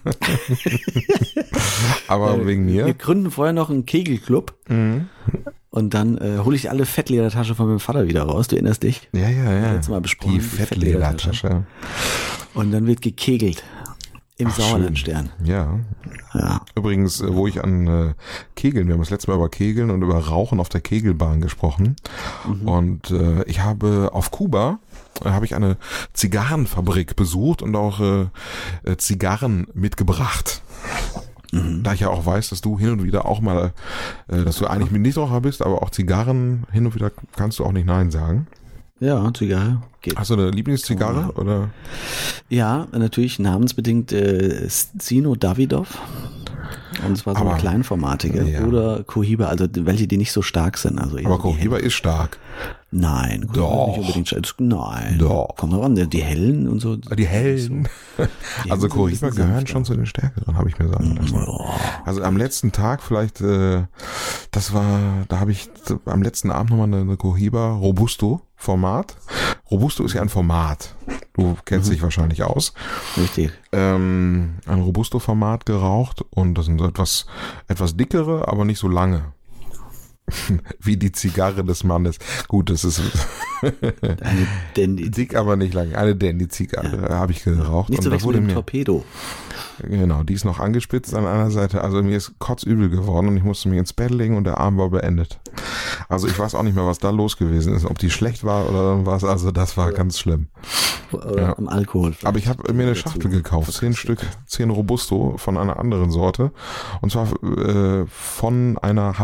Aber wegen mir. Wir gründen vorher noch einen Kegelclub. Mhm. Und dann hole ich alle Fettledertasche von meinem Vater wieder raus. Du erinnerst dich? Ja. Letztes Mal besprochen. Die Fettledertasche. Und dann wird gekegelt. Im Sauerlandstern. Ja. Übrigens, wo ich an Kegeln, wir haben das letzte Mal über Kegeln und über Rauchen auf der Kegelbahn gesprochen. Mhm. Und ich habe auf Kuba eine Zigarrenfabrik besucht und auch Zigarren mitgebracht. Mhm. Da ich ja auch weiß, dass du hin und wieder auch mal, dass du eigentlich Nichtraucher bist, aber auch Zigarren hin und wieder kannst du auch nicht Nein sagen. Ja, Zigarre geht. Hast du eine Lieblingszigarre, oder? Ja, natürlich namensbedingt Zino Davidoff. Und zwar so eine kleinformatige. Oder Cohiba, also welche, die nicht so stark sind. Also aber Cohiba ist stark. Nein, doch. Nicht unbedingt stark. Nein. Doch. Kommt noch an, die hellen und so. Die hellen. Also Cohiba gehören schon zu den stärkeren, habe ich mir sagen lassen. Also am letzten Tag vielleicht, da habe ich am letzten Abend nochmal eine Cohiba Robusto Format. Robusto ist ja ein Format. Du kennst dich wahrscheinlich aus. Richtig. Ein Robusto-Format geraucht und das sind so etwas dickere, aber nicht so lange. Wie die Zigarre des Mannes. Gut, das ist eine Dandy. Dick, aber nicht lang. Eine Dandy-Zigarre habe ich geraucht. Nicht so und da wurde mit dem mir Torpedo. Genau, die ist noch angespitzt an einer Seite. Also mir ist kotzübel geworden und ich musste mich ins Bett legen und der Abend war beendet. Also ich weiß auch nicht mehr, was da los gewesen ist. Ob die schlecht war oder was. Also das war ganz schlimm. Oder am Alkohol. Aber ich habe mir eine Schachtel gekauft. 10 Stück, 10 Robusto von einer anderen Sorte. Und zwar von einer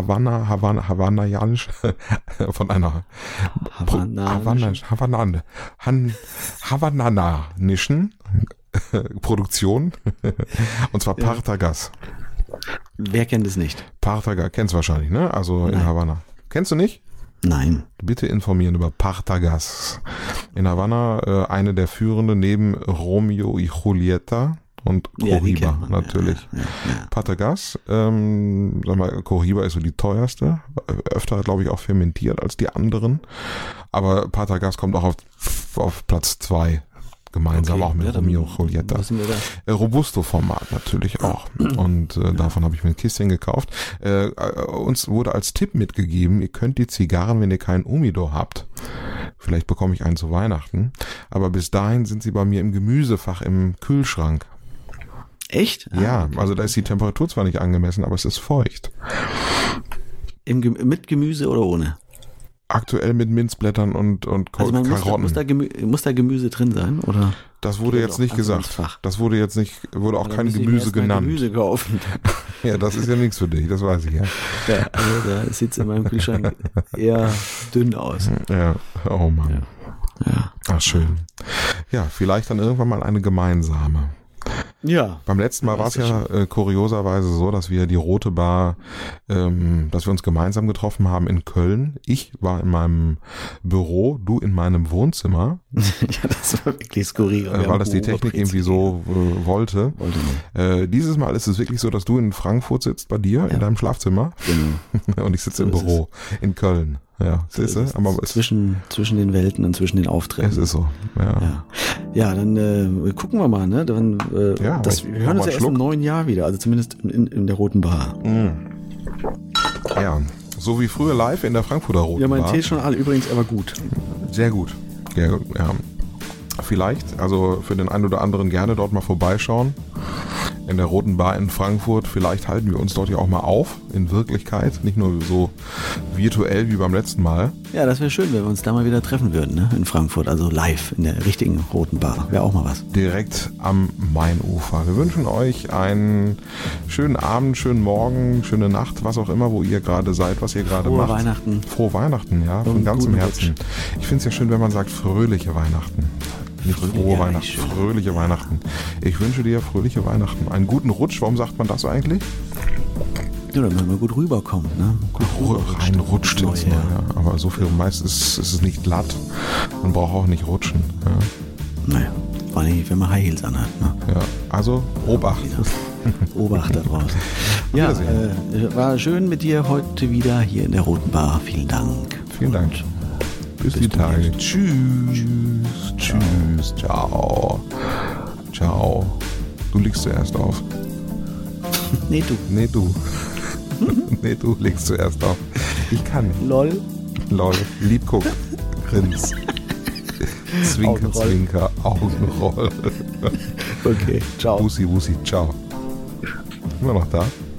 havananischen Produktion. Und zwar Partagas. Wer kennt es nicht? Partagas, kennst du wahrscheinlich, ne? Also in Havanna. Kennst du nicht? Nein. Bitte informieren über Partagas. In Havanna eine der führenden neben Romeo y Julieta und Cohiba natürlich. Ja. Partagas, sag mal, Cohiba ist so die teuerste, öfter glaube ich auch fermentiert als die anderen, aber Partagas kommt auch auf Platz 2. Gemeinsam auch mit Romeo und Julieta. Robusto-Format natürlich auch. Und davon habe ich mir ein Kistchen gekauft. Uns wurde als Tipp mitgegeben, ihr könnt die Zigarren, wenn ihr keinen Humidor habt. Vielleicht bekomme ich einen zu Weihnachten. Aber bis dahin sind sie bei mir im Gemüsefach im Kühlschrank. Echt? Ja, okay. Also da ist die Temperatur zwar nicht angemessen, aber es ist feucht. Mit Gemüse oder ohne? Aktuell mit Minzblättern und Karotten. Muss da Gemüse drin sein, oder? Das wurde jetzt nicht gesagt. Das wurde auch kein Gemüse genannt. Gemüse kaufen. Ja, das ist ja nichts für dich, das weiß ich ja. Ja, also da sieht es in meinem Kühlschrank eher dünn aus. Ja, oh Mann. Ja. Ach, schön. Ja, vielleicht dann irgendwann mal eine gemeinsame. Ja. Beim letzten Mal war es ja kurioserweise so, dass wir die Rote Bar, dass wir uns gemeinsam getroffen haben in Köln. Ich war in meinem Büro, du in meinem Wohnzimmer. Ja, das war wirklich skurril. Weil das die Technik irgendwie so wollte. Dieses Mal ist es wirklich so, dass du in Frankfurt sitzt bei dir in deinem Schlafzimmer. Genau. Und ich sitze im Büro in Köln. Ja, siehst du? Aber zwischen den Welten und zwischen den Auftritten. Es ist so, ja. Dann gucken wir mal, ne? Dann, wir hören uns ja erst im neuen Jahr wieder, also zumindest in der Roten Bar. Ja, so wie früher live in der Frankfurter Roten Ja, mein Bar. Tee ist schon alle, übrigens aber gut. Sehr gut. Ja. Vielleicht, also für den einen oder anderen gerne dort mal vorbeischauen. In der Roten Bar in Frankfurt. Vielleicht halten wir uns dort ja auch mal auf, in Wirklichkeit. Nicht nur so virtuell wie beim letzten Mal. Ja, das wäre schön, wenn wir uns da mal wieder treffen würden, ne? In Frankfurt, also live in der richtigen Roten Bar. Wäre auch mal was. Direkt am Mainufer. Wir wünschen euch einen schönen Abend, schönen Morgen, schöne Nacht, was auch immer, wo ihr gerade seid, was ihr gerade macht. Frohe Weihnachten. Frohe Weihnachten, ja, von Und ganzem guten Herzen. Rutsch. Ich finde es ja schön, wenn man sagt fröhliche Weihnachten. Nicht frohe Ja, Weihnachten, schön. fröhliche Weihnachten. Ich wünsche dir fröhliche Weihnachten. Einen guten Rutsch, warum sagt man das eigentlich? Ja, dann müssen wir gut rüberkommen, ne? Gut Reinrutscht ins ins Neue Neue. Jahr. Ja. Aber so viel meistens ist es nicht glatt. Man braucht auch nicht rutschen. Ja. Naja, vor allem, wenn man High Heels anhat, ne? Ja. Also, Obacht. Obacht da draußen. Ja, Wiedersehen. war schön mit dir heute wieder hier in der Roten Bar. Vielen Dank. Vielen Dank. Bis die Tage. demnächst. Tschüss. Tschüss. Ciao. Ciao. Du legst zuerst auf. Nee, du. Nee, du. Nee, du legst zuerst auf. Ich kann nicht. Lol. Lol. Liebguck. Grins. Zwinker, Augenroll. Zwinker. Augenroll. Okay, ciao. Bussi, Bussi. Ciao. Immer noch da?